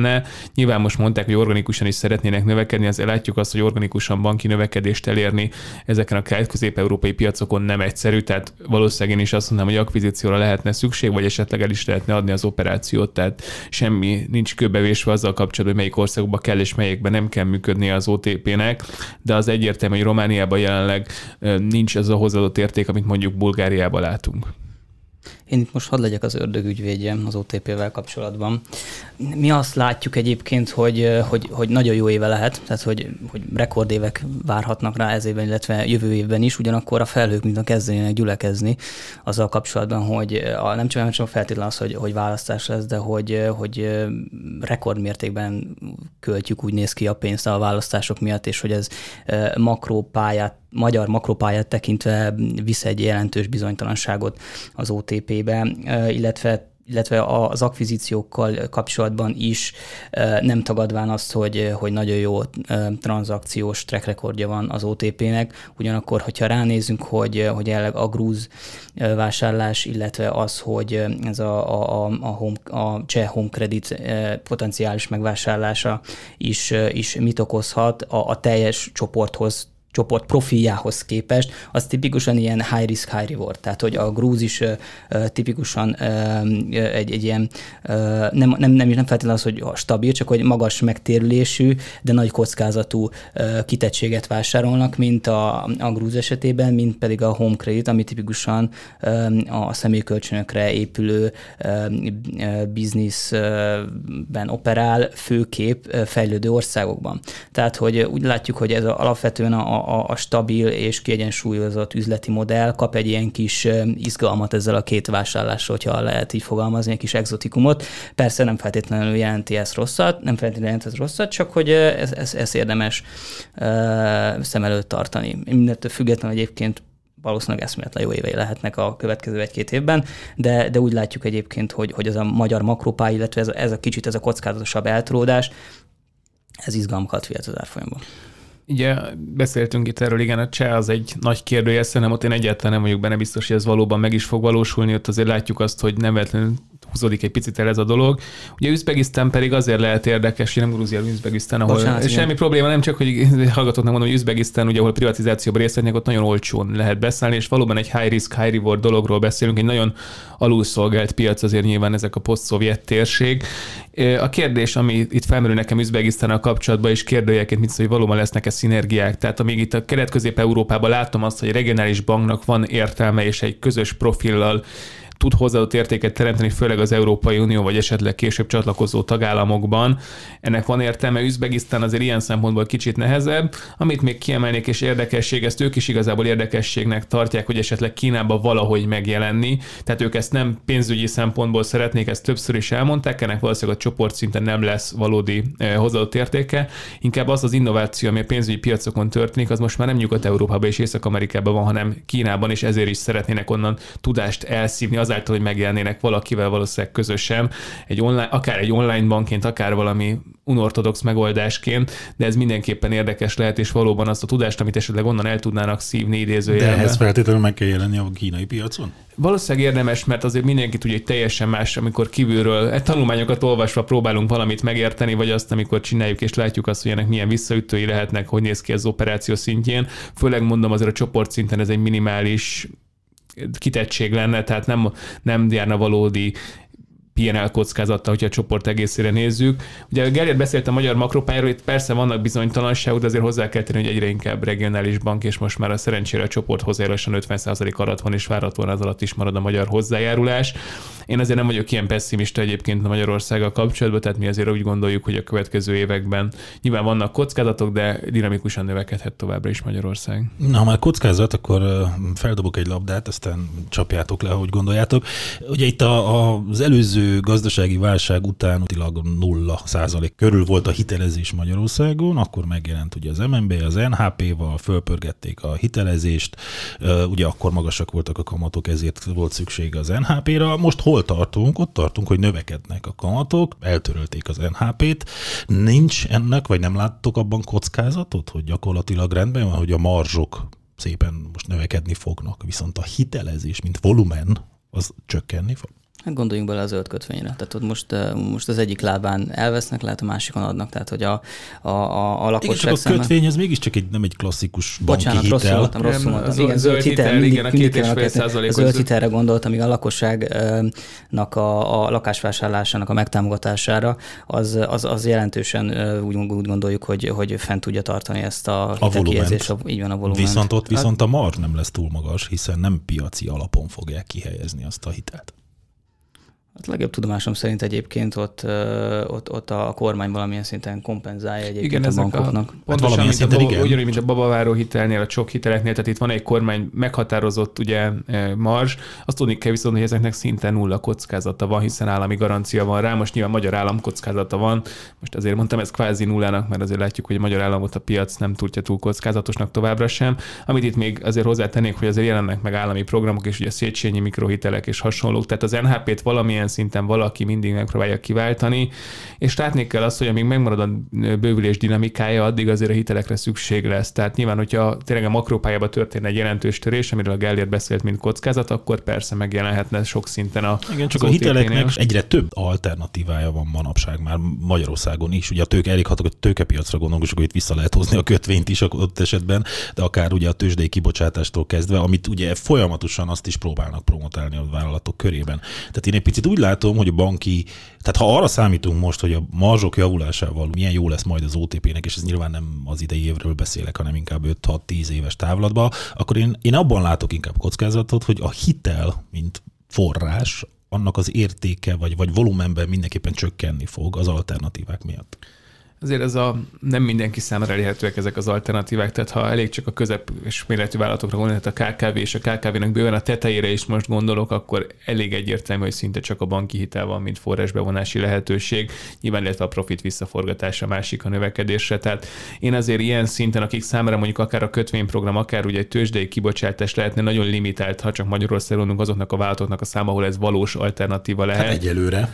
Speaker 2: kellene. Nyilván most mondták, hogy organikusan is szeretnének növekedni, azért látjuk azt, hogy organikusan banki növekedést elérni ezeken a kelet-közép-európai piacokon nem egyszerű, tehát valószínűleg én is azt mondom, hogy akvizícióra lehetne szükség, vagy esetleg el is lehetne adni az operációt, tehát semmi nincs kőbevésve azzal kapcsolatban, hogy melyik országokban kell és melyikben nem kell működnie az OTP-nek, de az egyértelmű, hogy Romániában jelenleg nincs az a hozzáadott érték, amit mondjuk Bulgáriában látunk.
Speaker 3: Én itt most hadd legyek az ördögügyvédje az OTP-vel kapcsolatban. Mi azt látjuk egyébként, hogy nagyon jó éve lehet, tehát hogy rekordévek várhatnak rá ez évben, illetve jövő évben is, ugyanakkor a felhők mintha kezdenének gyülekezni azzal kapcsolatban, hogy nem csak feltétlenül az, hogy választás lesz, de hogy rekordmértékben költjük, úgy néz ki a pénzt a választások miatt, és hogy ez magyar makrópályát tekintve visz egy jelentős bizonytalanságot az OTP-be, illetve az akvizíciókkal kapcsolatban is nem tagadván azt, hogy nagyon jó tranzakciós track recordja van az OTP-nek. Ugyanakkor, hogyha ránézünk, hogy jelenleg a grúz vásárlás, illetve az, hogy ez a cseh home credit potenciális megvásárlása is mit okozhat a teljes csoport profiljához képest, az tipikusan ilyen high risk, high reward. Tehát, hogy a grúz is tipikusan egy ilyen, nem feltétlenül az, hogy stabil, csak hogy magas megtérülésű, de nagy kockázatú kitettséget vásárolnak, mint a grúz esetében, mint pedig a home credit, ami tipikusan a személykölcsönökre épülő bizniszben operál, főképp fejlődő országokban. Tehát, hogy úgy látjuk, hogy ez alapvetően a stabil és kiegyensúlyozott üzleti modell kap egy ilyen kis izgalmat ezzel a két vásárlással, hogyha lehet így fogalmazni, egy kis exotikumot. Persze nem feltétlenül jelenti ez rosszat, csak hogy ez érdemes szem előtt tartani. Mindettől függetlenül egyébként valószínűleg eszméletlen jó évei lehetnek a következő 1-2 évben, de úgy látjuk egyébként, hogy ez a magyar makrópály, illetve ez a kicsit ez a kockázatosabb eltolódás, ez izgalmakat vihet az árfolyamban.
Speaker 2: Ugye beszéltünk itt erről, igen, a cseh az egy nagy kérdőjel, szerintem ott én egyáltalán nem vagyok benne biztos, hogy ez valóban meg is fog valósulni, ott azért látjuk azt, hogy nem véletlenül húzódik egy picit el ez a dolog. Ugye Üzbegisztán pedig azért lehet érdekes, hogy nem Grúzia, Üzbegisztán, ahol semmi igen. Probléma, nem csak, hogy hallgatóknak mondom, hogy Üzbegisztán, ugye, ahol privatizációban részt vennek, ott nagyon olcsón lehet beszállni, és valóban egy high risk, high reward dologról beszélünk, egy nagyon alulszolgált piac azért nyilván ezek a poszt-szovjet térség. A kérdés, ami itt felmerül nekem Üzbegisztánnal kapcsolatban, és kérdőjelként, mint hogy valóban lesznek-e szinergiák. Tehát amíg itt a Kelet-Közép-Európában látom azt, hogy regionális banknak van értelme, és egy közös profillal tud hozzáadott értéket teremteni, főleg az Európai Unió, vagy esetleg később csatlakozó tagállamokban. Ennek van értelme. Üzbegisztán azért ilyen szempontból kicsit nehezebb. Amit még kiemelnék, és érdekesség, ezt ők is igazából érdekességnek tartják, hogy esetleg Kínában valahogy megjelenni. Tehát ők ezt nem pénzügyi szempontból szeretnék, ezt többször is elmondták, ennek valószínűleg a csoportszinten nem lesz valódi hozzáadott értéke. Inkább az innováció, ami a pénzügyi piacokon történik, az most már nem Nyugat-Európában és Észak-Amerikában van, hanem Kínában, és ezért is szeretnének onnan tudást elszívni azáltal, hogy megjelennének valakivel valószínűleg közösen, akár egy online bankként, akár valami unortodox megoldásként, de ez mindenképpen érdekes lehet, és valóban azt a tudást, amit esetleg onnan el tudnának szívni idézőjelben. De
Speaker 4: ehhez feltétlenül meg kell jelenni a kínai piacon?
Speaker 2: Valószínűleg érdemes, mert azért mindenki tudja, hogy teljesen más, amikor kívülről tanulmányokat olvasva próbálunk valamit megérteni, vagy azt, amikor csináljuk és látjuk azt, hogy ennek milyen visszaütői lehetnek, hogy néz ki az operáció szintjén. Főleg mondom, azért a csoportszinten ez egy minimális kitettség lenne, tehát nem járna valódi P&L kockázattal, hogyha a csoport egészére nézzük. Ugye Gerjed beszélt a magyar makrópályáról, itt persze vannak bizonytalanságok, de azért hozzá kell tenni, hogy egyre inkább regionális bank, és most már a szerencsére a csoport hozzájáruláson 50% alatt van, és várhatóan az alatt is marad a magyar hozzájárulás. Én azért nem vagyok ilyen pesszimista egyébként a Magyarországgal kapcsolatban, tehát mi azért úgy gondoljuk, hogy a következő években nyilván vannak kockázatok, de dinamikusan növekedhet továbbra is Magyarország.
Speaker 4: Na, ha már kockázat, akkor feldobok egy labdát, aztán csapjátok le, ahogy gondoljátok. Ugye itt az előző gazdasági válság után 0% körül volt a hitelezés Magyarországon, akkor megjelent ugye az MNB, az NHP-val, fölpörgették a hitelezést, ugye akkor magasak voltak a kamatok, ezért volt szükség az NHP-ra. Most hol tartunk? Ott tartunk, hogy növekednek a kamatok, eltörölték az NHP-t. Nincs ennek, vagy nem láttok abban kockázatot, hogy gyakorlatilag rendben van, hogy a marzsok szépen most növekedni fognak, viszont a hitelezés, mint volumen, az csökkenni fog?
Speaker 3: Gondoljunk bele a zöld kötvényre. Tehát ott most az egyik lábán elvesznek, lehet a másikon adnak. Tehát, hogy a lakosság
Speaker 4: igen, csak a kötvény az mégiscsak nem egy klasszikus banki
Speaker 3: bocsánat,
Speaker 4: hitel.
Speaker 3: rosszul mondtam.
Speaker 2: Igen, zöld hitel, igen, a 2,5%-os.
Speaker 3: A zöld hitelre gondoltam, amíg a lakosságnak a lakásvásárlásának a megtámogatására, az jelentősen úgy gondoljuk, hogy fent tudja tartani ezt a hitelkihelyezést. Így van, a volument.
Speaker 4: Viszont a marz nem lesz túl magas, hiszen nem piaci alapon fogják kihelyezni azt a hitelt.
Speaker 3: Hát legjobb tudomásom szerint egyébként ott a kormány valamilyen szinten kompenzálja egyébként a bankoknak.
Speaker 2: Pontosan, ugyanúgy, mint a babaváró hitelnél, a csok hiteleknél, tehát itt van egy kormány meghatározott ugye marzs, azt tudni kell viszont, hogy ezeknek szinte nulla kockázata van, hiszen állami garancia van rá, most nyilván magyar állam kockázata van, most azért mondtam ez kvázi nullának, mert azért látjuk, hogy a magyar államot a piac nem tudja túl kockázatosnak továbbra sem. Amit itt még azért hozzátennék, hogy azért jelennek meg állami programok, és ugye Széchenyi mikrohitelek és hasonlók, tehát az NHP-t valamilyen szinten valaki mindig megpróbálja kiváltani, és látni kell azt, hogy amíg megmarad a bővülés dinamikája, addig azért a hitelekre szükség lesz. Tehát nyilván, hogyha tényleg a makrópályában történne egy jelentős törés, amiről a Gellért beszélt, mint kockázat, akkor persze megjelenhetne sok szinten a
Speaker 4: igen, csak a hiteleknek egyre több alternatívája van manapság már Magyarországon is. Ugye a elég hatok, hogy tőkepiacra gondolunk, és akkor itt vissza lehet hozni a kötvényt is ott esetben, de akár ugye a tőzsdei kibocsátástól kezdve, amit ugye folyamatosan azt is próbálnak promotálni a vállalatok körében. Tehát én egy picit úgy látom, hogy a banki, tehát ha arra számítunk most, hogy a marzsok javulásával milyen jó lesz majd az OTP-nek, és ez nyilván nem az idei évről beszélek, hanem inkább 5-6-10 éves távlatban, akkor én abban látok inkább kockázatot, hogy a hitel, mint forrás, annak az értéke vagy volumenben mindenképpen csökkenni fog az alternatívák miatt.
Speaker 2: Azért nem mindenki számára elérhetőek ezek az alternatívák, tehát ha elég csak a közep és méretű vállalatokra gondolni, tehát a KKV és a KKV-nek bőven a tetejére is most gondolok, akkor elég egyértelmű, hogy szinte csak a banki hitel van, mint forrásbevonási lehetőség, nyilván illetve a profit visszaforgatása másik a növekedésre. Tehát én azért ilyen szinten, akik számára mondjuk akár a kötvényprogram, akár ugye egy tőzsdei kibocsátás lehetne nagyon limitált, ha csak Magyarországon azoknak a vállalatoknak a száma, ahol ez valós alternatíva lehet.
Speaker 4: Hát egyelőre.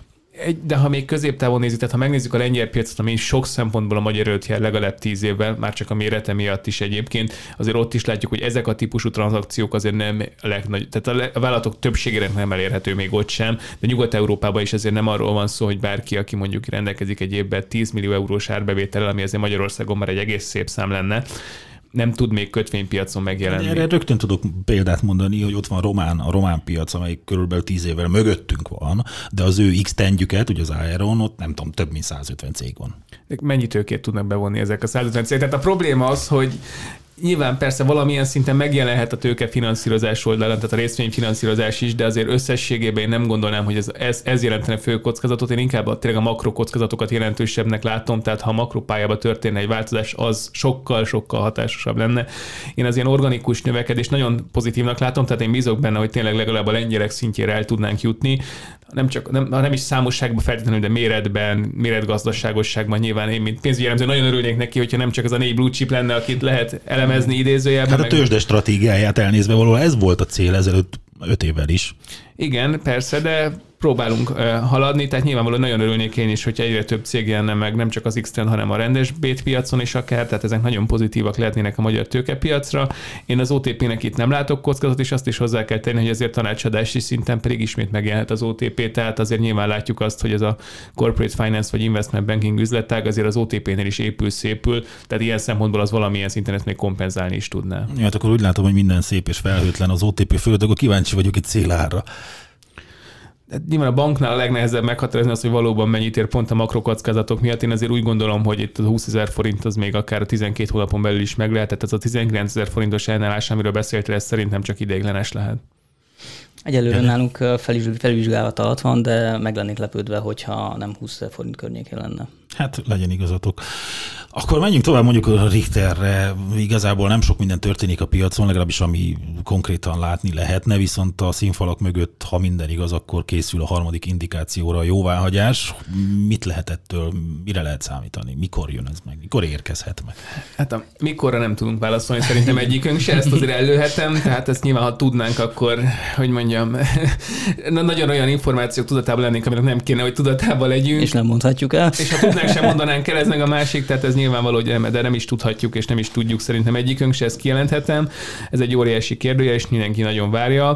Speaker 2: De ha még középtávon nézzük, tehát ha megnézzük a lengyel piacot, ami sok szempontból a magyar előtt jár legalább 10 évvel, már csak a mérete miatt is egyébként, azért ott is látjuk, hogy ezek a típusú tranzakciók azért nem legnagy, tehát a vállalatok többségének nem elérhető még ott sem, de Nyugat-Európában is azért nem arról van szó, hogy bárki, aki mondjuk rendelkezik egy évben 10 millió eurós árbevétellel, ami azért Magyarországon már egy egész szép szám lenne, nem tud még kötvénypiacon megjelenni.
Speaker 4: Erre rögtön tudok példát mondani, hogy ott van a román piac, amely körülbelül 10 évvel mögöttünk van, de az ő X-tendjüket, ugye az Aeron, ott nem tudom, több mint 150 cég van.
Speaker 2: Mennyi tőkét tudnak bevonni ezek a 150 cég? Tehát a probléma az, hogy nyilván persze valamilyen szinten megjelenhet a tőkefinanszírozás oldalán, tehát a részvényfinanszírozás is, de azért összességében én nem gondolnám, hogy ez jelentene fő kockázatot. Én inkább tényleg a makrokockázatokat jelentősebbnek látom, tehát ha a makropályában történne egy változás, az sokkal-sokkal hatásosabb lenne. Én az ilyen organikus növekedést nagyon pozitívnak látom, tehát én bízok benne, hogy tényleg legalább a lengyelek szintjére el tudnánk jutni. Nem is számosságban feltétlenül, de méretgazdaságosságban nyilván én, mint pénzügyi elemző, nagyon örülnék neki, hogyha nem csak az a 4 blue chip lenne, akit lehet elemezni idézőjelben.
Speaker 4: Hát a tőzsde stratégiáját elnézve valóban ez volt a cél ezelőtt 5 évvel is.
Speaker 2: Igen, persze, de próbálunk haladni, tehát nyilvánvalóan nagyon örülnék én is, hogyha egyre több cég jelenne meg, nem csak az X-Trend, hanem a rendes piacon is akár, tehát ezek nagyon pozitívak lehetnének a magyar tőkepiacra. Én az OTP-nek itt nem látok kockázatot, és azt is hozzá kell tenni, hogy azért tanácsadási szinten pedig ismét megjelenhet az OTP, tehát azért nyilván látjuk azt, hogy ez a corporate finance vagy investment banking üzletág azért az OTP-nél is szépül, tehát ilyen szempontból az valamilyen szinten ezt még kompenzálni is tudná.
Speaker 4: Ja, hát akkor úgy látom, hogy minden szép és felhőtlen az OTP fölött, akkor kíváncsi vagyok itt célárra.
Speaker 2: Nyilván a banknál a legnehezebb meghatározni az, hogy valóban mennyit ér pont a makrokockázatok miatt. Én azért úgy gondolom, hogy itt a 20 000 forint az még akár a 12 hónapon belül is meg lehet. Tehát ez a 19 000 forintos ellenállás, amiről beszéltél, ez szerintem csak ideiglenes lehet.
Speaker 3: Egyelőre nálunk felvizsgálat alatt van, de meg lennék lepődve, hogyha nem 20 000 forint környékén lenne.
Speaker 4: Hát legyen igazatok. Akkor menjünk tovább mondjuk a Richterre. Igazából nem sok minden történik a piacon, legalábbis ami konkrétan látni lehetne, viszont a színfalak mögött, ha minden igaz, akkor készül a harmadik indikációra a jóváhagyás. Mit lehet ettől, mire lehet számítani? Mikor jön ez meg? Mikor érkezhet meg?
Speaker 2: Hát mikorra nem tudunk válaszolni, szerintem egyikünk se, ezt azért előhetem, tehát ezt nyilván, ha tudnánk, akkor, hogy mondjam, nagyon olyan információk tudatában lennénk, aminek nem kéne, hogy tudatában legyünk.
Speaker 3: És nem mondhatjuk el.
Speaker 2: És ha tudnánk, sem mondanánk el, ez meg a másik, tehát ez nyilvánvaló, hogy de nem is tudhatjuk, és nem is tudjuk szerintem egyikünk se, ezt kijelenthetem. Ez egy óriási kérdője, és mindenki nagyon várja.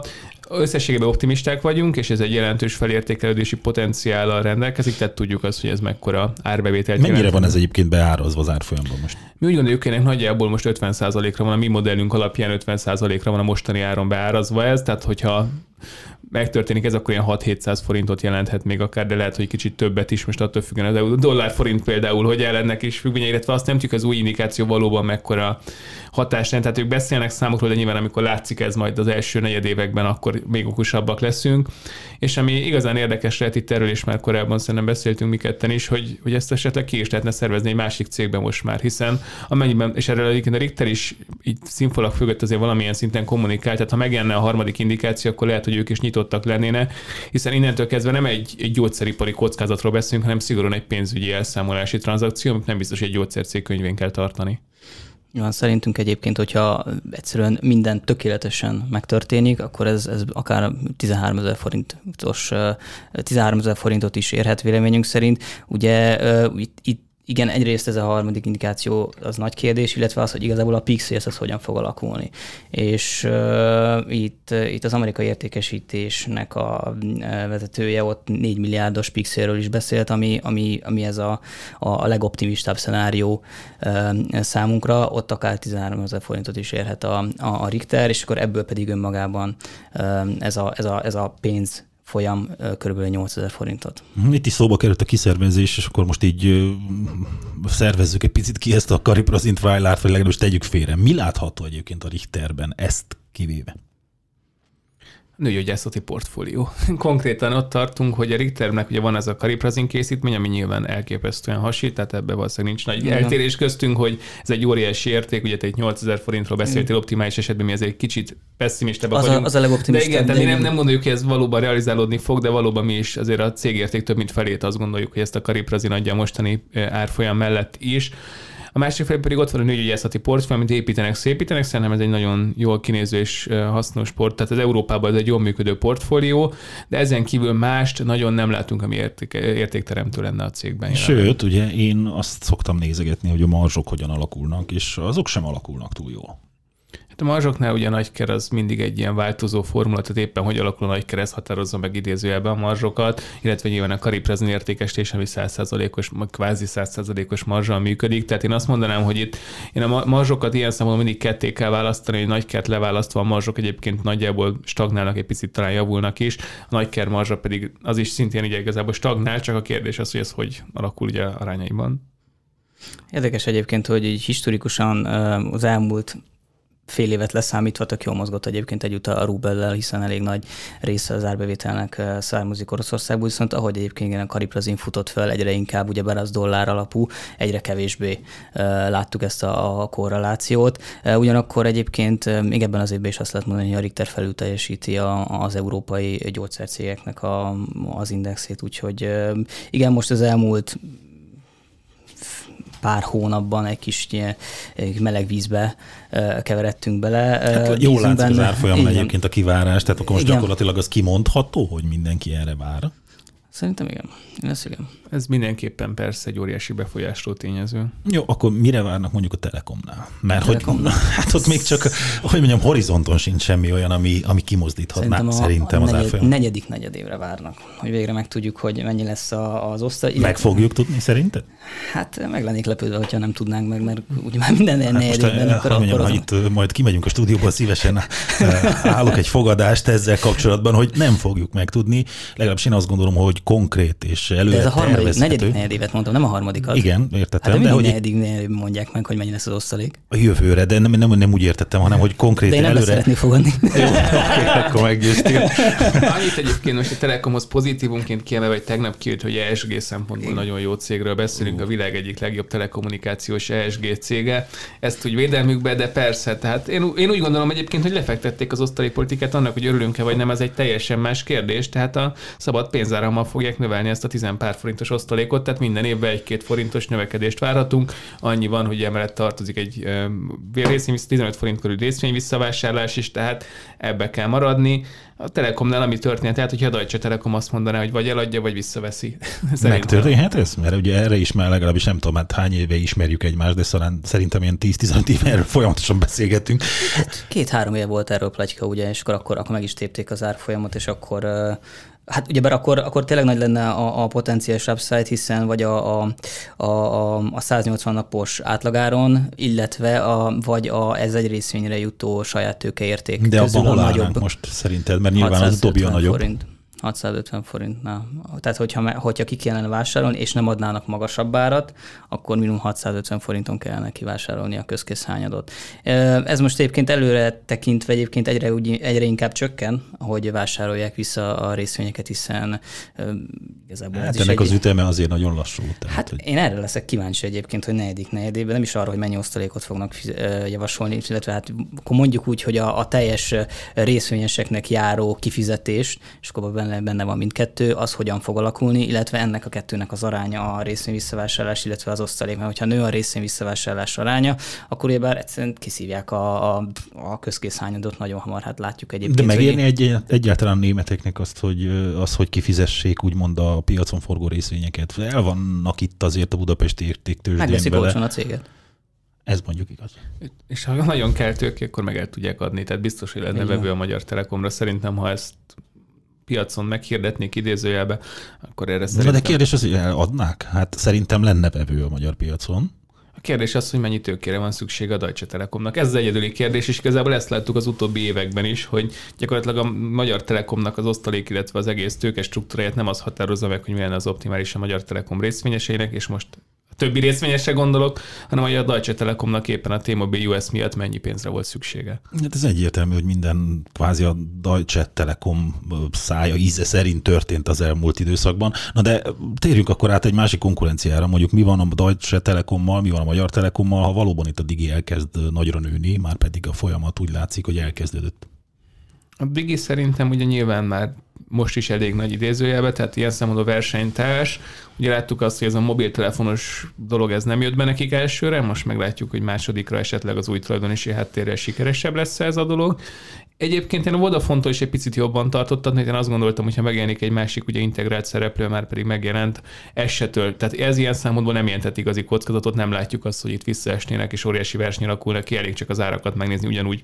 Speaker 2: összességében optimisták vagyunk, és ez egy jelentős felértékelődési potenciállal rendelkezik, tehát tudjuk azt, hogy ez mekkora árbevételt
Speaker 4: jelent. Mennyire van ez egyébként beárazva az árfolyamban most?
Speaker 2: Mi úgy gondoljuk, hogy nagyjából most 50%-ra van, a mi modellünk alapján 50%-ra van a mostani áron beárazva ez, tehát hogyha megtörténik ez, akkor ilyen 6-700 forintot jelenthet még akár, de lehet, hogy kicsit többet is, most attól függően az dollár-forint például, hogy el ennek is függvénye, illetve azt nem tudjuk, az új indikáció valóban mekkora hatás lenne. Tehát ők beszélnek számokról, de nyilván amikor látszik ez majd az első negyedévekben, akkor még okosabbak leszünk. És ami igazán érdekes lehet itt erről, és már korábban szerintem beszéltünk mi ketten is, hogy ezt esetleg ki is lehetne szervezni egy másik cégben most már, hiszen amennyiben, és erről egyébként a Richter is így színfalak mögött azért valamilyen szinten kommunikál, tehát ha megjelenne a harmadik indikáció, akkor lehet, hogy ők is nyitottak lennének, hiszen innentől kezdve nem egy gyógyszeripari kockázatról beszélünk, hanem szigorúan egy pénzügyi elszámolási tranzakció, amit nem biztos, hogy egy gyógyszercég könyvén kell tartani.
Speaker 3: Ja, szerintünk egyébként, hogyha egyszerűen minden tökéletesen megtörténik, akkor ez akár 13 000 forintot is érhet véleményünk szerint. Ugye itt igen, egyrészt ez a harmadik indikáció az nagy kérdés, illetve az, hogy igazából a peak sales az hogyan fog alakulni. És itt az amerikai értékesítésnek a vezetője ott 4 milliárdos peak sale-ről is beszélt, ami ez a legoptimistább szenárió számunkra, ott akár 13 000 forintot is érhet a Richter, és akkor ebből pedig önmagában ez a pénz folyam kb. 8000 forintot.
Speaker 4: Itt is szóba került a kiszervezés, és akkor most így szervezzük egy picit ki ezt a kariprazint Vajlárt, vagy legalábbis tegyük félre. Mi látható egyébként a Richterben ezt kivéve?
Speaker 2: Nőgyógyászati portfólió. Konkrétan ott tartunk, hogy a Richternek ugye van ez a kariprazin készítmény, ami nyilván elképesztően hasít, tehát ebben valószínűleg nincs nagy eltérés köztünk, hogy ez egy óriási érték, ugye te egy 8000 forintról beszéltél, optimális esetben mi ez egy kicsit pesszimistábbak vagyunk.
Speaker 3: Az a legoptimistább.
Speaker 2: De igen, tehát mi nem gondoljuk, hogy ez valóban realizálódni fog, de valóban mi is azért a cégérték több mint felét azt gondoljuk, hogy ezt a kariprazin adja a mostani árfolyam mellett is. A másik felé pedig ott van a nőgyógyászati portfólió, amit szépítenek, szerintem ez egy nagyon jól kinéző és hasznos sport, tehát az Európában ez egy jól működő portfólió, de ezen kívül mást nagyon nem látunk, ami értékteremtő lenne a cégben.
Speaker 4: Sőt, ugye én azt szoktam nézegetni, hogy a marzsok hogyan alakulnak, és azok sem alakulnak túl jól.
Speaker 2: A marzsoknál ugye a nagyker az mindig egy ilyen változó formula, tehát éppen hogy alakul a nagyker, ez határozza meg idézőjelben a marzsokat, illetve nyilván a kariprazin értékesítés, ami 100%-os, kvázi 100%-os marzsal működik. Tehát én azt mondanám, hogy itt én a marzsokat ilyen szempontból mindig ketté kell választani, hogy nagykert leválasztva a marzsok egyébként nagyjából stagnálnak, egy picit talán javulnak is. A nagyker marzsa pedig az is szintén ugye igazából stagnál, csak a kérdés az, hogy ez hogy alakul ugye arányaiban.
Speaker 3: Érdekes egyébként, hogy így historikusan az elmúlt fél évet leszámítva tök jól mozgott egyébként együtt a rubellel, hiszen elég nagy része az árbevételnek származik Oroszországból, viszont ahogy egyébként a kariprazin futott fel, egyre inkább ugyebár az dollár alapú, egyre kevésbé láttuk ezt a korrelációt. Ugyanakkor egyébként még ebben az évben is azt lehet mondani, hogy a Richter felül teljesíti az európai gyógyszercégeknek az indexét, úgyhogy igen, most az elmúlt pár hónapban egy kis meleg vízbe keveredtünk bele.
Speaker 4: Hát jól látszik az árfolyamon egyébként a kivárás, tehát akkor most gyakorlatilag az kimondható, hogy mindenki erre vár?
Speaker 3: Szerintem igen.
Speaker 2: Ez mindenképpen persze egy óriási befolyásoló tényező.
Speaker 4: Jó, akkor mire várnak mondjuk a Telekomnál? Mert hogy hát ott még csak, hogy mondjam, horizonton sincs semmi olyan, ami kimozdíthatná szerintem az árfolyam.
Speaker 3: Negyedik negyedévre várnak, hogy végre megtudjuk, hogy mennyi lesz az osztály.
Speaker 4: Meg fogjuk tudni szerinted?
Speaker 3: Hát meg lennék lepődve, hogyha nem tudnánk meg, mert ugye már minden negyedében.
Speaker 4: Ha itt majd kimegyünk a stúdióból, szívesen állok egy fogadást ezzel kapcsolatban, hogy nem fogjuk megtudni. Legalábbis én azt gondolom, hogy konkrét és előre
Speaker 3: ez a harmadik, negyedik negyedévet mondtam, nem a harmadikat.
Speaker 4: Igen, értettem.
Speaker 3: Hát de mindig negyedik mondják meg, hogy mennyi lesz az osztalék.
Speaker 4: A jövőre, de nem úgy értettem, hanem hogy konkrét előre.
Speaker 3: De én nem szeretnék fogadni.
Speaker 4: Jó, oké, akkor meggyőztél.
Speaker 2: Annyit egyébként most a Telekomhoz pozitívunként kiemelve, hogy tegnap kijött, hogy ESG szempontból nagyon jó cégről beszélünk, a világ egyik legjobb telekommunikációs ESG cége. Ezt úgy védelmükbe, de persze. Tehát én úgy gondolom egyébként, hogy lefektették az osztalékpolitikát annak, hogy örülünk-e vagy nem, ez egy teljesen más kérdés. Tehát a szabad pénzárammal fogják növelni ezt a 10 pár forintos osztalékot, tehát minden évben 1-2 forintos növekedést várhatunk. Annyi van, hogy emellett tartozik egy 15 forint körül részvény visszavásárlás is, tehát ebbe kell maradni. A Telekomnál ami történt, tehát hogyha a Deutsche Telekom azt mondaná, hogy vagy eladja, vagy visszaveszi.
Speaker 4: Megtörténhet ez? Mert ugye erre is már legalábbis nem tudom, hát hány éve ismerjük egymást, de szerintem ilyen 10-15 éve erről folyamatosan beszélgettünk.
Speaker 3: 2-3 év volt erről pletyka, ugye, és akkor meg is tépték az árfolyamot, és akkor hát ugyebár akkor tényleg nagy lenne a potenciális upside, hiszen vagy a 180 napos átlagáron, illetve vagy ez egy részvényre jutó saját tőkeérték.
Speaker 4: De abban hol állnánk most szerinted? Mert nyilván az dobja a nagyobb.
Speaker 3: Forint. 650 forintnál. Tehát, hogyha ki kellene vásárolni, és nem adnának magasabb árat, akkor minimum 650 forinton kellene kivásárolni a közkészhányadot. Ez most egyébként előre tekintve egyébként egyre inkább csökken, ahogy vásárolják vissza a részvényeket, hiszen igazából
Speaker 4: hát ennek az üteme azért nagyon lassú.
Speaker 3: Hát én erre leszek kíváncsi egyébként, hogy negyedében, nem is arra, hogy mennyi osztalékot fognak javasolni, illetve hát akkor mondjuk úgy, hogy a teljes részvényeseknek járó kifizetés, és akkor benne van mindkettő, az hogyan fog alakulni, illetve ennek a kettőnek az aránya a részvény visszavásárlás, illetve az osztalék. Mert hogyha nő a részvény visszavásárlás aránya, akkor ugyebár egyszerűen kiszívják a közkészhányadot nagyon hamar, hát látjuk egyébként.
Speaker 4: De megérni egyáltalán németeknek hogy kifizessék úgymond a piacon forgó részvényeket. El vannak itt azért a budapesti értéktőzsdén vele.
Speaker 3: Megveszik olcsón a céget.
Speaker 4: Ez mondjuk igaz.
Speaker 2: És ha nagyon kell tőke, akkor meg el tudják adni. Tehát biztos, hogy lenne vevő a Magyar Telekomra. Szerintem, ha ezt piacon meghirdetnék idézőjelbe, akkor erre szerintem...
Speaker 4: De kérdés az, hogy eladnák? Hát szerintem lenne vevő a magyar piacon.
Speaker 2: A kérdés az, hogy mennyi tőkére van szüksége a Deutsche Telekomnak. Ez az egyedüli kérdés, és igazából ezt láttuk az utóbbi években is, hogy gyakorlatilag a Magyar Telekomnak az osztalék, illetve az egész tőke struktúráját nem az határozza meg, hogy mi lenne az optimális a Magyar Telekom részvényeseinek, és most a többi részvényesre gondolok, hanem hogy a Deutsche Telekomnak éppen a T-Mobile US miatt mennyi pénzre volt szüksége.
Speaker 4: Hát ez egyértelmű, hogy minden kvázi a Deutsche Telekom szája íze szerint történt az elmúlt időszakban. Na de térjünk akkor át egy másik konkurenciára, mondjuk mi van a Deutsche Telekommal, mi van a Magyar Telekommal, ha valóban itt a Digi elkezd nagyra nőni, már pedig a folyamat úgy látszik, hogy elkezdődött.
Speaker 2: A Digi szerintem ugye nyilván már most is elég nagy idézőjelbe, tehát ilyen szempontból versenytárs. Ugye láttuk azt, hogy ez a mobiltelefonos dolog ez nem jött be nekik elsőre, most meglátjuk, hogy másodikra esetleg az új tulajdonosi háttérrel sikeresebb lesz ez a dolog. Egyébként én a Vodafone-tól is egy picit jobban tartottam, mert én azt gondoltam, hogy ha megjelenik egy másik ugye integrált szereplő, már pedig megjelent, ez se tölt. Tehát ez ilyen szempontból nem jelentett igazi kockázatot, nem látjuk azt, hogy itt visszaesnének és óriási verseny alakulnak ki, elég csak az árakat megnézni, ugyanúgy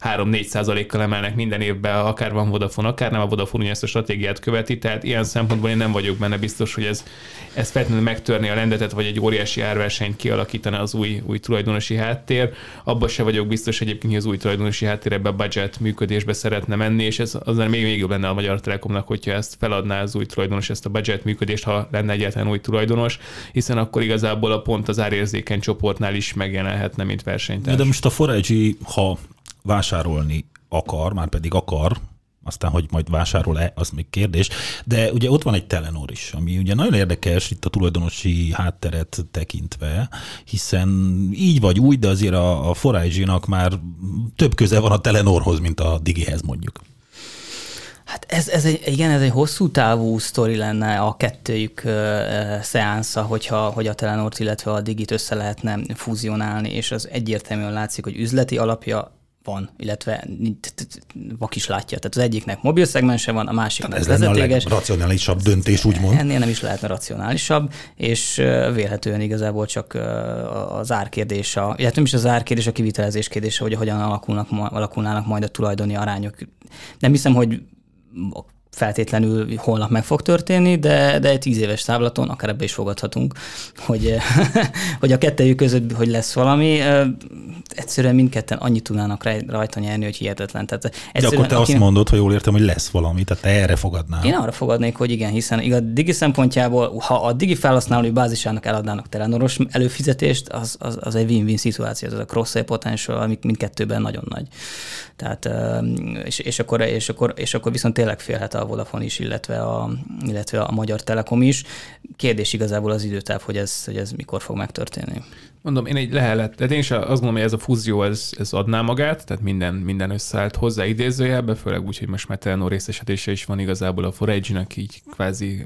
Speaker 2: 3-4%-kal emelnek minden évben, akár van Vodafone, akár nem, a Vodafone ugye ezt a stratégiát követi, tehát ilyen szempontból én nem vagyok benne biztos, hogy ez feltétlenül megtörni a rendetet, vagy egy óriási árversenyt kialakítana az új tulajdonosi háttér. Abban se vagyok biztos egyébként, hogy az új tulajdonosi háttér ebbe a budget működésbe szeretne menni, és ez azért még jobb lenne a Magyar Telekomnak, hogyha ezt feladná az új tulajdonos, ezt a budget működést, ha lenne egyáltalán új tulajdonos, hiszen akkor igazából a pont az árérzékeny csoportnál is megjelenhetne, mint versenytárs.
Speaker 4: De most a 4G, ha vásárolni akar, már pedig akar, aztán, hogy majd vásárol-e, az még kérdés. De ugye ott van egy Telenor is, ami ugye nagyon érdekes itt a tulajdonosi hátteret tekintve, hiszen így vagy úgy, de azért a 4G-nak már több köze van a Telenorhoz, mint a Digihez mondjuk.
Speaker 3: Hát ez egy hosszú távú sztori lenne a kettőjük szeánsza, hogy a Telenort, illetve a Digit össze lehetne fúzionálni, és az egyértelműen látszik, hogy üzleti alapja van, illetve vak is látja. Tehát az egyiknek mobil szegmense van, a másiknak
Speaker 4: ez lenne a legracionálisabb döntés, úgymond.
Speaker 3: Ennél nem is lehetne racionálisabb, és vélhetően igazából csak az árkérdés, illetve nem is az árkérdés, a kivitelezés kérdése, hogy hogyan alakulnának majd a tulajdoni arányok. Nem hiszem, hogy feltétlenül holnap meg fog történni, de egy 10 éves távlaton akár ebbe is fogadhatunk, hogy a kettőjük között, hogy lesz valami, egyszerűen mindketten annyit tudnának rajta nyerni, hogy hihetetlen. Tehát
Speaker 4: de akkor te azt mondod, ha jól értem, hogy lesz valami, tehát te erre fogadnál.
Speaker 3: Én arra fogadnék, hogy igen, hiszen a Digi szempontjából, ha a Digi felhasználói bázisának eladnának Telenoros előfizetést, az egy win-win szituáció, ez a cross-sell potential, amik mindkettőben nagyon nagy. Tehát, és akkor viszont tényleg félhet a Vodafone is, illetve a Magyar Telekom is. Kérdés igazából az időtáv, hogy ez mikor fog megtörténni.
Speaker 2: Mondom, tehát én is azt gondolom, hogy ez a fúzió, ez adná magát, tehát minden összeállt hozzá idézőjelbe, főleg úgy, hogy most már Telenor részesedése is van igazából a 4G-nek így kvázi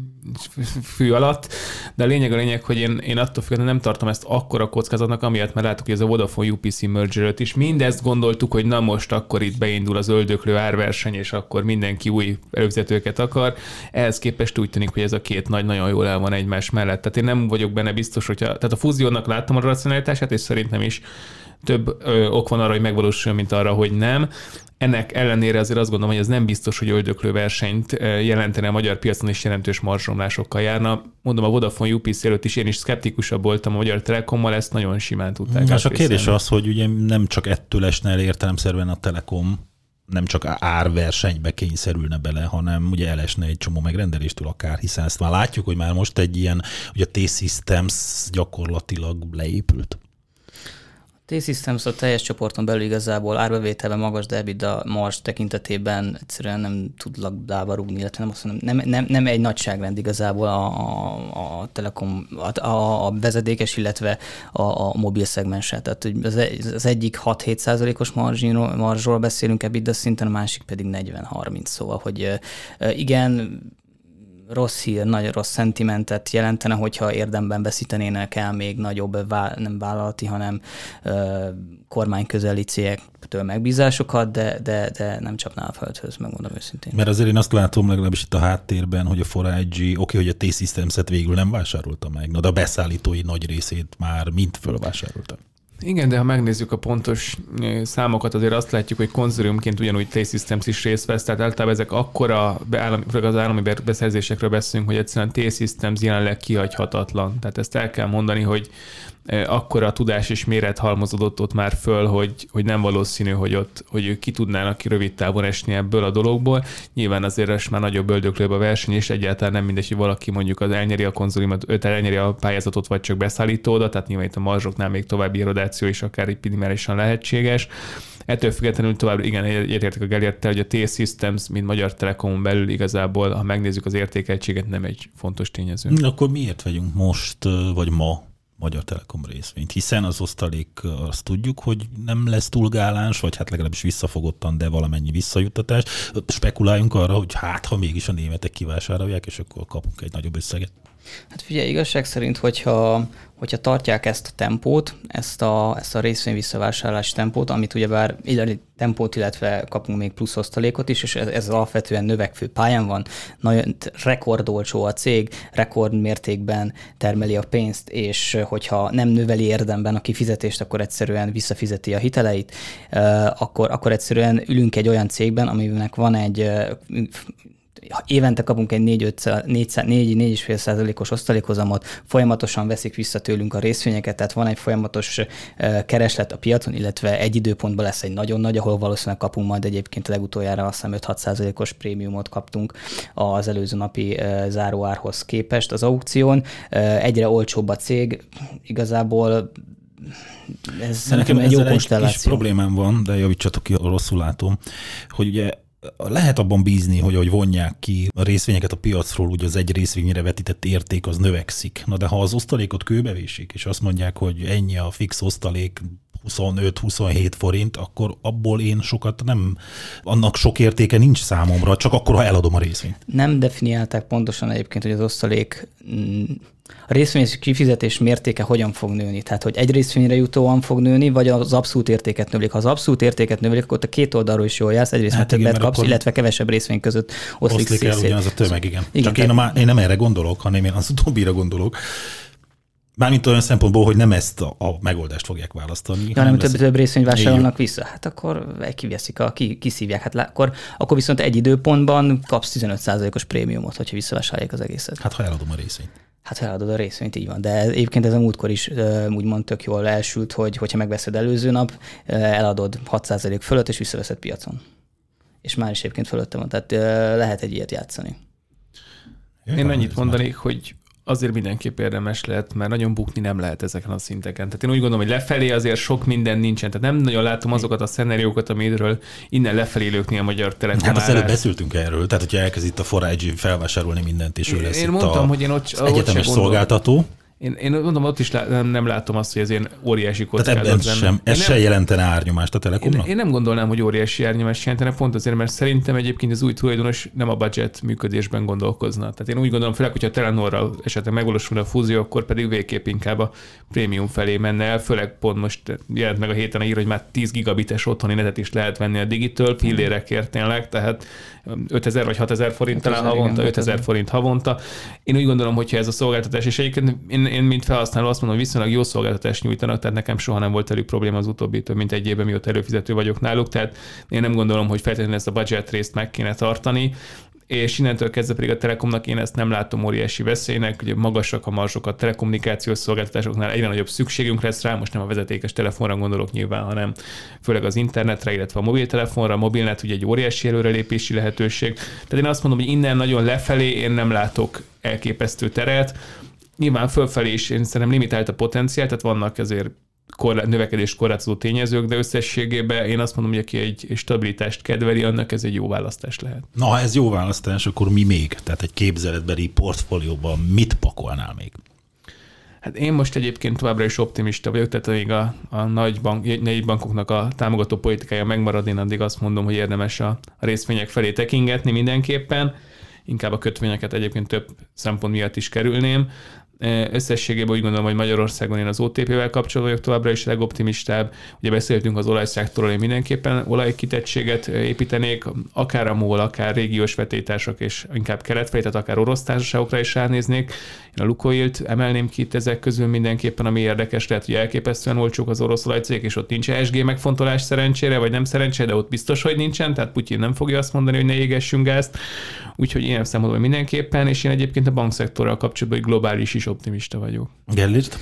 Speaker 2: fű alatt, de a lényeg, hogy én attól függetlenül nem tartom ezt akkora kockázatnak, amiatt már látok, hogy ez a Vodafone UPC merger is. Mindezt gondoltuk, hogy na most akkor itt beindul az öldöklő árverseny, és akkor mindenki új előfizetőket akar. Ehhez képest úgy tűnik, hogy ez a két nagy nagyon jól el van egymás mellett. Tehát én nem vagyok benne biztos, tehát a fúziónak láttam a racionalitását, és szerintem is több ok van arra, hogy megvalósuljon, mint arra, hogy nem. Ennek ellenére azért azt gondolom, hogy ez nem biztos, hogy öldöklő versenyt jelentene a magyar piacon, és jelentős marzsomlásokkal járna. Mondom, a Vodafone UPC előtt is én is szkeptikusabb voltam a Magyar Telekommal, ezt nagyon simán tudták.
Speaker 4: És a kérdés az, hogy ugye nem csak ettől esne el értelemszerűen a Telekom, nem csak árversenybe kényszerülne bele, hanem ugye elesne egy csomó megrendeléstől akár, hiszen ezt már látjuk, hogy már most egy ilyen, ugye a T-Systems gyakorlatilag leépült.
Speaker 3: T-Systems a teljes csoporton belül igazából árbevételben magas, de EBITDA marzs tekintetében egyszerűen nem tud labdába rúgni, illetve nem egy nagyságrend igazából a Telekom, a vezetékes, illetve a mobil szegmense. Tehát az egyik 6-7%-os marzsról beszélünk EBITDA szinten, a másik pedig 40-30. Szóval, hogy igen, rossz hír, nagyon rossz szentimentet jelentene, hogyha érdemben veszítenének el még nagyobb, nem vállalati, hanem kormányközeli cégektől megbízásokat, de nem csapná a földhöz, megmondom őszintén.
Speaker 4: Mert azért én azt látom legalábbis itt a háttérben, hogy a 4G, hogy a T-Systems-et végül nem vásárolta meg, de a beszállítói nagy részét már mind fölvásárolta.
Speaker 2: Igen, de ha megnézzük a pontos számokat, azért azt látjuk, hogy konzorciumként ugyanúgy T-Systems is részt vesz, tehát általában ezek akkora az állami beszerzésekről beszélünk, hogy egyszerűen T-Systems jelenleg kihagyhatatlan. Tehát ezt el kell mondani, hogy akkora tudás és méret halmozódott ott már föl, hogy nem valószínű, hogy ők ki tudnának rövid távon esni ebből a dologból. Nyilván azért már nagyobb öldöklőbb a verseny, és egyáltalán nem mindegy, hogy valaki mondjuk az elnyeri a konzoliumot, elnyeri a pályázatot, vagy csak beszállító oda, tehát nyilván itt a marzsoknál még további erodáció is akár így minimálisan lehetséges. Ettől függetlenül tovább, igen, egyetértek a Gellérttel, hogy a T-Systems, mint Magyar Telekomon belül igazából, ha megnézzük az értékeltséget, nem egy fontos tényező.
Speaker 4: Akkor miért vegyünk most, vagy ma Magyar Telekom részvényt? Hiszen az osztalék, azt tudjuk, hogy nem lesz túlgáláns, vagy hát legalábbis visszafogottan, de valamennyi visszajuttatás. Spekuláljunk arra, hogy ha mégis a németek kivásárolják, és akkor kapunk egy nagyobb összeget.
Speaker 3: Hát figyelj, igazság szerint, hogyha tartják ezt a tempót, ezt a részvény visszavásárlási tempót, amit ugyebár tempót, illetve kapunk még plusz osztalékot is, és ez alapvetően növekvő pályán van, nagyon rekordolcsó a cég, rekordmértékben termeli a pénzt, és hogyha nem növeli érdemben a kifizetést, akkor egyszerűen visszafizeti a hiteleit, akkor egyszerűen ülünk egy olyan cégben, aminek van egy évente kapunk egy 4,5%-os osztalékhozamot, folyamatosan veszik vissza tőlünk a részvényeket, tehát van egy folyamatos kereslet a piacon, illetve egy időpontban lesz egy nagyon nagy, ahol valószínűleg kapunk majd egyébként legutoljára azt hiszem 5-6%-os prémiumot kaptunk az előző napi záróárhoz képest az aukción. Egyre olcsóbb a cég, igazából ez szerintem egy jó konstelláció.
Speaker 4: Kis problémám van, de javítsatok ki, rosszul látom, hogy ugye lehet abban bízni, hogy ahogy vonják ki a részvényeket a piacról, ugye az egy részvényre vetített érték az növekszik. Na de ha az osztalékot kőbevésik, és azt mondják, hogy ennyi a fix osztalék, 25-27 forint, akkor abból én sokat nem, annak sok értéke nincs számomra, csak akkor, ha eladom a részvényt.
Speaker 3: Nem definiálták pontosan egyébként, hogy az osztalék, a részvény kifizetés mértéke hogyan fog nőni. Tehát, hogy egy részvényre jutóan fog nőni, vagy az abszolút értéket növelik. Ha az abszolút értéket növelik, akkor a két oldalról is jól jársz, egyrészt többet kapsz, illetve kevesebb részvény között oszlik
Speaker 4: el ugyanaz a tömeg, igen. Csak én nem erre gondolok, hanem én az utóbbira gondolok. Mármint olyan szempontból, hogy nem ezt a megoldást fogják választani.
Speaker 3: Ja, nem több részvényt vásárolnak vissza. Hát akkor kiveszik, kiszívják. Hát akkor viszont egy időpontban kapsz 15%-os prémiumot, hogyha visszavásárolják az egészet.
Speaker 4: Hát ha eladom a részvényt.
Speaker 3: Hát ha eladod a részvényt, így van. De egyébként ez a múltkor is úgymond tök jól elsült, hogyha megveszed előző nap, eladod 6% fölött, és visszaveszed piacon. És már is egyébként fölötte van. Tehát lehet egy ilyet játszani.
Speaker 2: Én annyit mondanék, hogy azért mindenképp érdemes lehet, mert nagyon bukni nem lehet ezeken a szinteken. Tehát én úgy gondolom, hogy lefelé azért sok minden nincsen. Tehát nem nagyon látom azokat a szenáriókat, amiről innen lefelé lökni a Magyar Telekom.
Speaker 4: Hát az előbb beszéltünk erről, tehát hogyha elkezd itt a 4G felvásárolni mindent, és ő lesz
Speaker 2: én
Speaker 4: itt
Speaker 2: mondtam, hogy én ott
Speaker 4: egyetemes szolgáltató.
Speaker 2: Én mondom, ott is nem látom azt, hogy ez ilyen óriási kockázat
Speaker 4: lenne. Ez se jelentene árnyomást a Telekomnak?
Speaker 2: Én nem gondolnám, hogy óriási árnyomást jelentene, pont azért, mert szerintem egyébként az új tulajdonos nem a budget működésben gondolkozna. Tehát én úgy gondolom, főleg, hogyha a Telenorral esetleg megvalósulna a fúzió, akkor pedig végképp inkább a prémium felé menne el, főleg pont most jelent meg a héten a hír, hogy már 10 gigabites otthoni netet is lehet venni a Digitől, pillérekért tényleg, tehát 5000 vagy 6000 forint talán havonta, 5000 forint havonta. Én úgy gondolom, hogyha ez a szolgáltatás, és egyébként én mint felhasználó azt mondom, hogy viszonylag jó szolgáltatást nyújtanak, tehát nekem soha nem volt elég probléma az utóbbi több mint egy évben, mióta előfizető vagyok náluk, tehát én nem gondolom, hogy feltétlenül ezt a budget részt meg kéne tartani, és innentől kezdve pedig a Telekomnak én ezt nem látom óriási veszélynek, ugye magasak a marzsok a telekommunikációs szolgáltatásoknál, egyre nagyobb szükségünk lesz rá, most nem a vezetékes telefonra gondolok nyilván, hanem főleg az internetre, illetve a mobiltelefonra, a mobilnet ugye egy óriási előrelépési lehetőség. Tehát én azt mondom, hogy innen nagyon lefelé én nem látok elképesztő teret. Nyilván fölfelé is én szerintem limitált a potenciál, tehát vannak azért növekedést korlátozó tényezők, de összességében én azt mondom, hogy aki egy stabilitást kedveli, annak ez egy jó választás lehet.
Speaker 4: Na, ha ez jó választás, akkor mi még? Tehát egy képzeletbeli portfólióban mit pakolnál még?
Speaker 2: Hát én most egyébként továbbra is optimista vagyok, tehát amíg a nagy bankoknak a támogató politikája megmarad, én addig azt mondom, hogy érdemes a részvények felé tekingetni mindenképpen. Inkább a kötvényeket egyébként több szempont miatt is kerülném. Összességében úgy gondolom, hogy Magyarországon én az OTP-vel kapcsolatban vagyok továbbra is legoptimistább. Ugye beszéltünk az olajszektorról, én mindenképpen olajkitettséget építenék, akár a MOL, akár régiós vetélytársak, és inkább keletfelé, tehát akár orosz társaságokra is ránéznék. Én a Lukoilt emelném ki itt ezek közül mindenképpen, ami érdekes lehet, hogy elképesztően olcsók az orosz olajcégek, és ott nincs ESG megfontolás szerencsére, vagy nem szerencsére, de ott biztos, hogy nincsen, tehát Putyin nem fogja azt mondani, hogy ne égessünk gázt. Úgyhogy ilyen szempontból mindenképpen, és én egyébként a bankszektorral kapcsolatban egy globális is optimista vagyok.
Speaker 4: Gellért?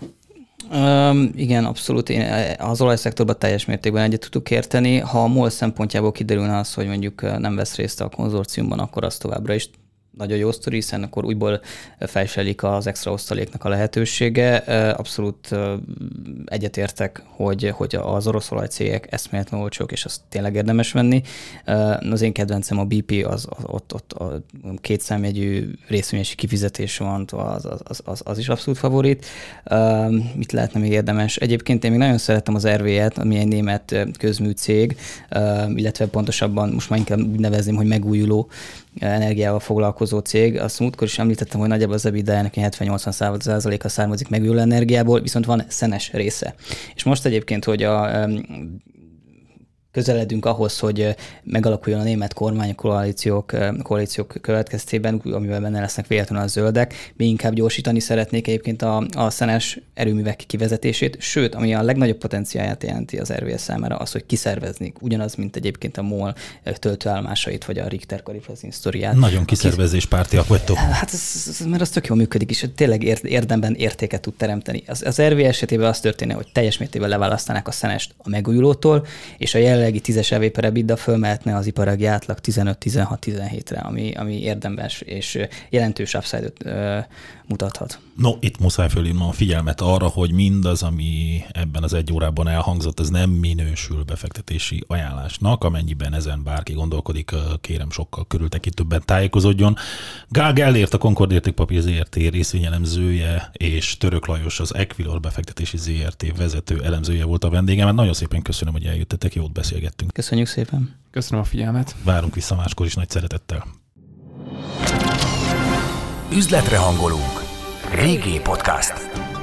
Speaker 3: Igen, abszolút. Én az olajszektorban teljes mértékben egyet tudok érteni. Ha a MOL szempontjából kiderülne az, hogy mondjuk nem vesz részt a konzorciumban, akkor az továbbra is nagyon jó sztori, hiszen akkor újból fejselik az extra osztaléknak a lehetősége. Abszolút egyetértek, hogy az orosz olajcégek eszméletlenül olcsók, és azt tényleg érdemes venni. Az én kedvencem a BP, ott a kétszámjegyű részvényesi kifizetés van, az is abszolút favorit. Mit lehetne még érdemes? Egyébként én még nagyon szeretem az RWE-t, ami egy német közműcég, illetve pontosabban most már inkább úgy nevezném, hogy megújuló energiával foglalkozó cég. Azt múltkor is említettem, hogy nagyjából az EBITDA-nek 70-80%-a származik megújuló energiából, viszont van szenes része. És most egyébként, hogy közeledünk ahhoz, hogy megalakuljon a német kormány, koalíciók következtében, amivel benne lesznek véletlenül a zöldek, még inkább gyorsítani szeretnék egyébként a szenes erőművek kivezetését, sőt, ami a legnagyobb potenciáját jelenti az RWE számára, az, hogy kiszerveznék, ugyanaz, mint egyébként a MOL töltőállomásait, vagy a Richter Karifrazin sztoriát.
Speaker 4: Nagyon kiszervezéspártiak vagytok.
Speaker 3: Hát mert az tök jól működik, és tényleg érdemben értéket tud teremteni. Az RWE esetében az történne, hogy teljes mértékben leválasztanák a szenest a megújulótól, és a jelenlegi 10-es EV per EBITDA fölmehetne az iparági átlag 15-16-17-re, ami érdemben és jelentős upside-ot mutathat.
Speaker 4: No, itt muszáj fölhívnom a figyelmet arra, hogy mindaz, ami ebben az egy órában elhangzott, ez nem minősül befektetési ajánlásnak. Amennyiben ezen bárki gondolkodik, kérem sokkal körültekintőbben tájékozódjon. Gál Gellért, a Concord Értékpapír ZRT részvényelemzője, és Török Lajos, az Equilor befektetési ZRT vezető elemzője volt a vendégem. Nagyon szépen köszönöm, hogy eljöttetek, jót beszélgettünk.
Speaker 3: Köszönjük szépen.
Speaker 2: Köszönöm a figyelmet.
Speaker 4: Várunk vissza máskor is nagy szeretettel.
Speaker 1: Üzletre hangolunk. VG Podcast.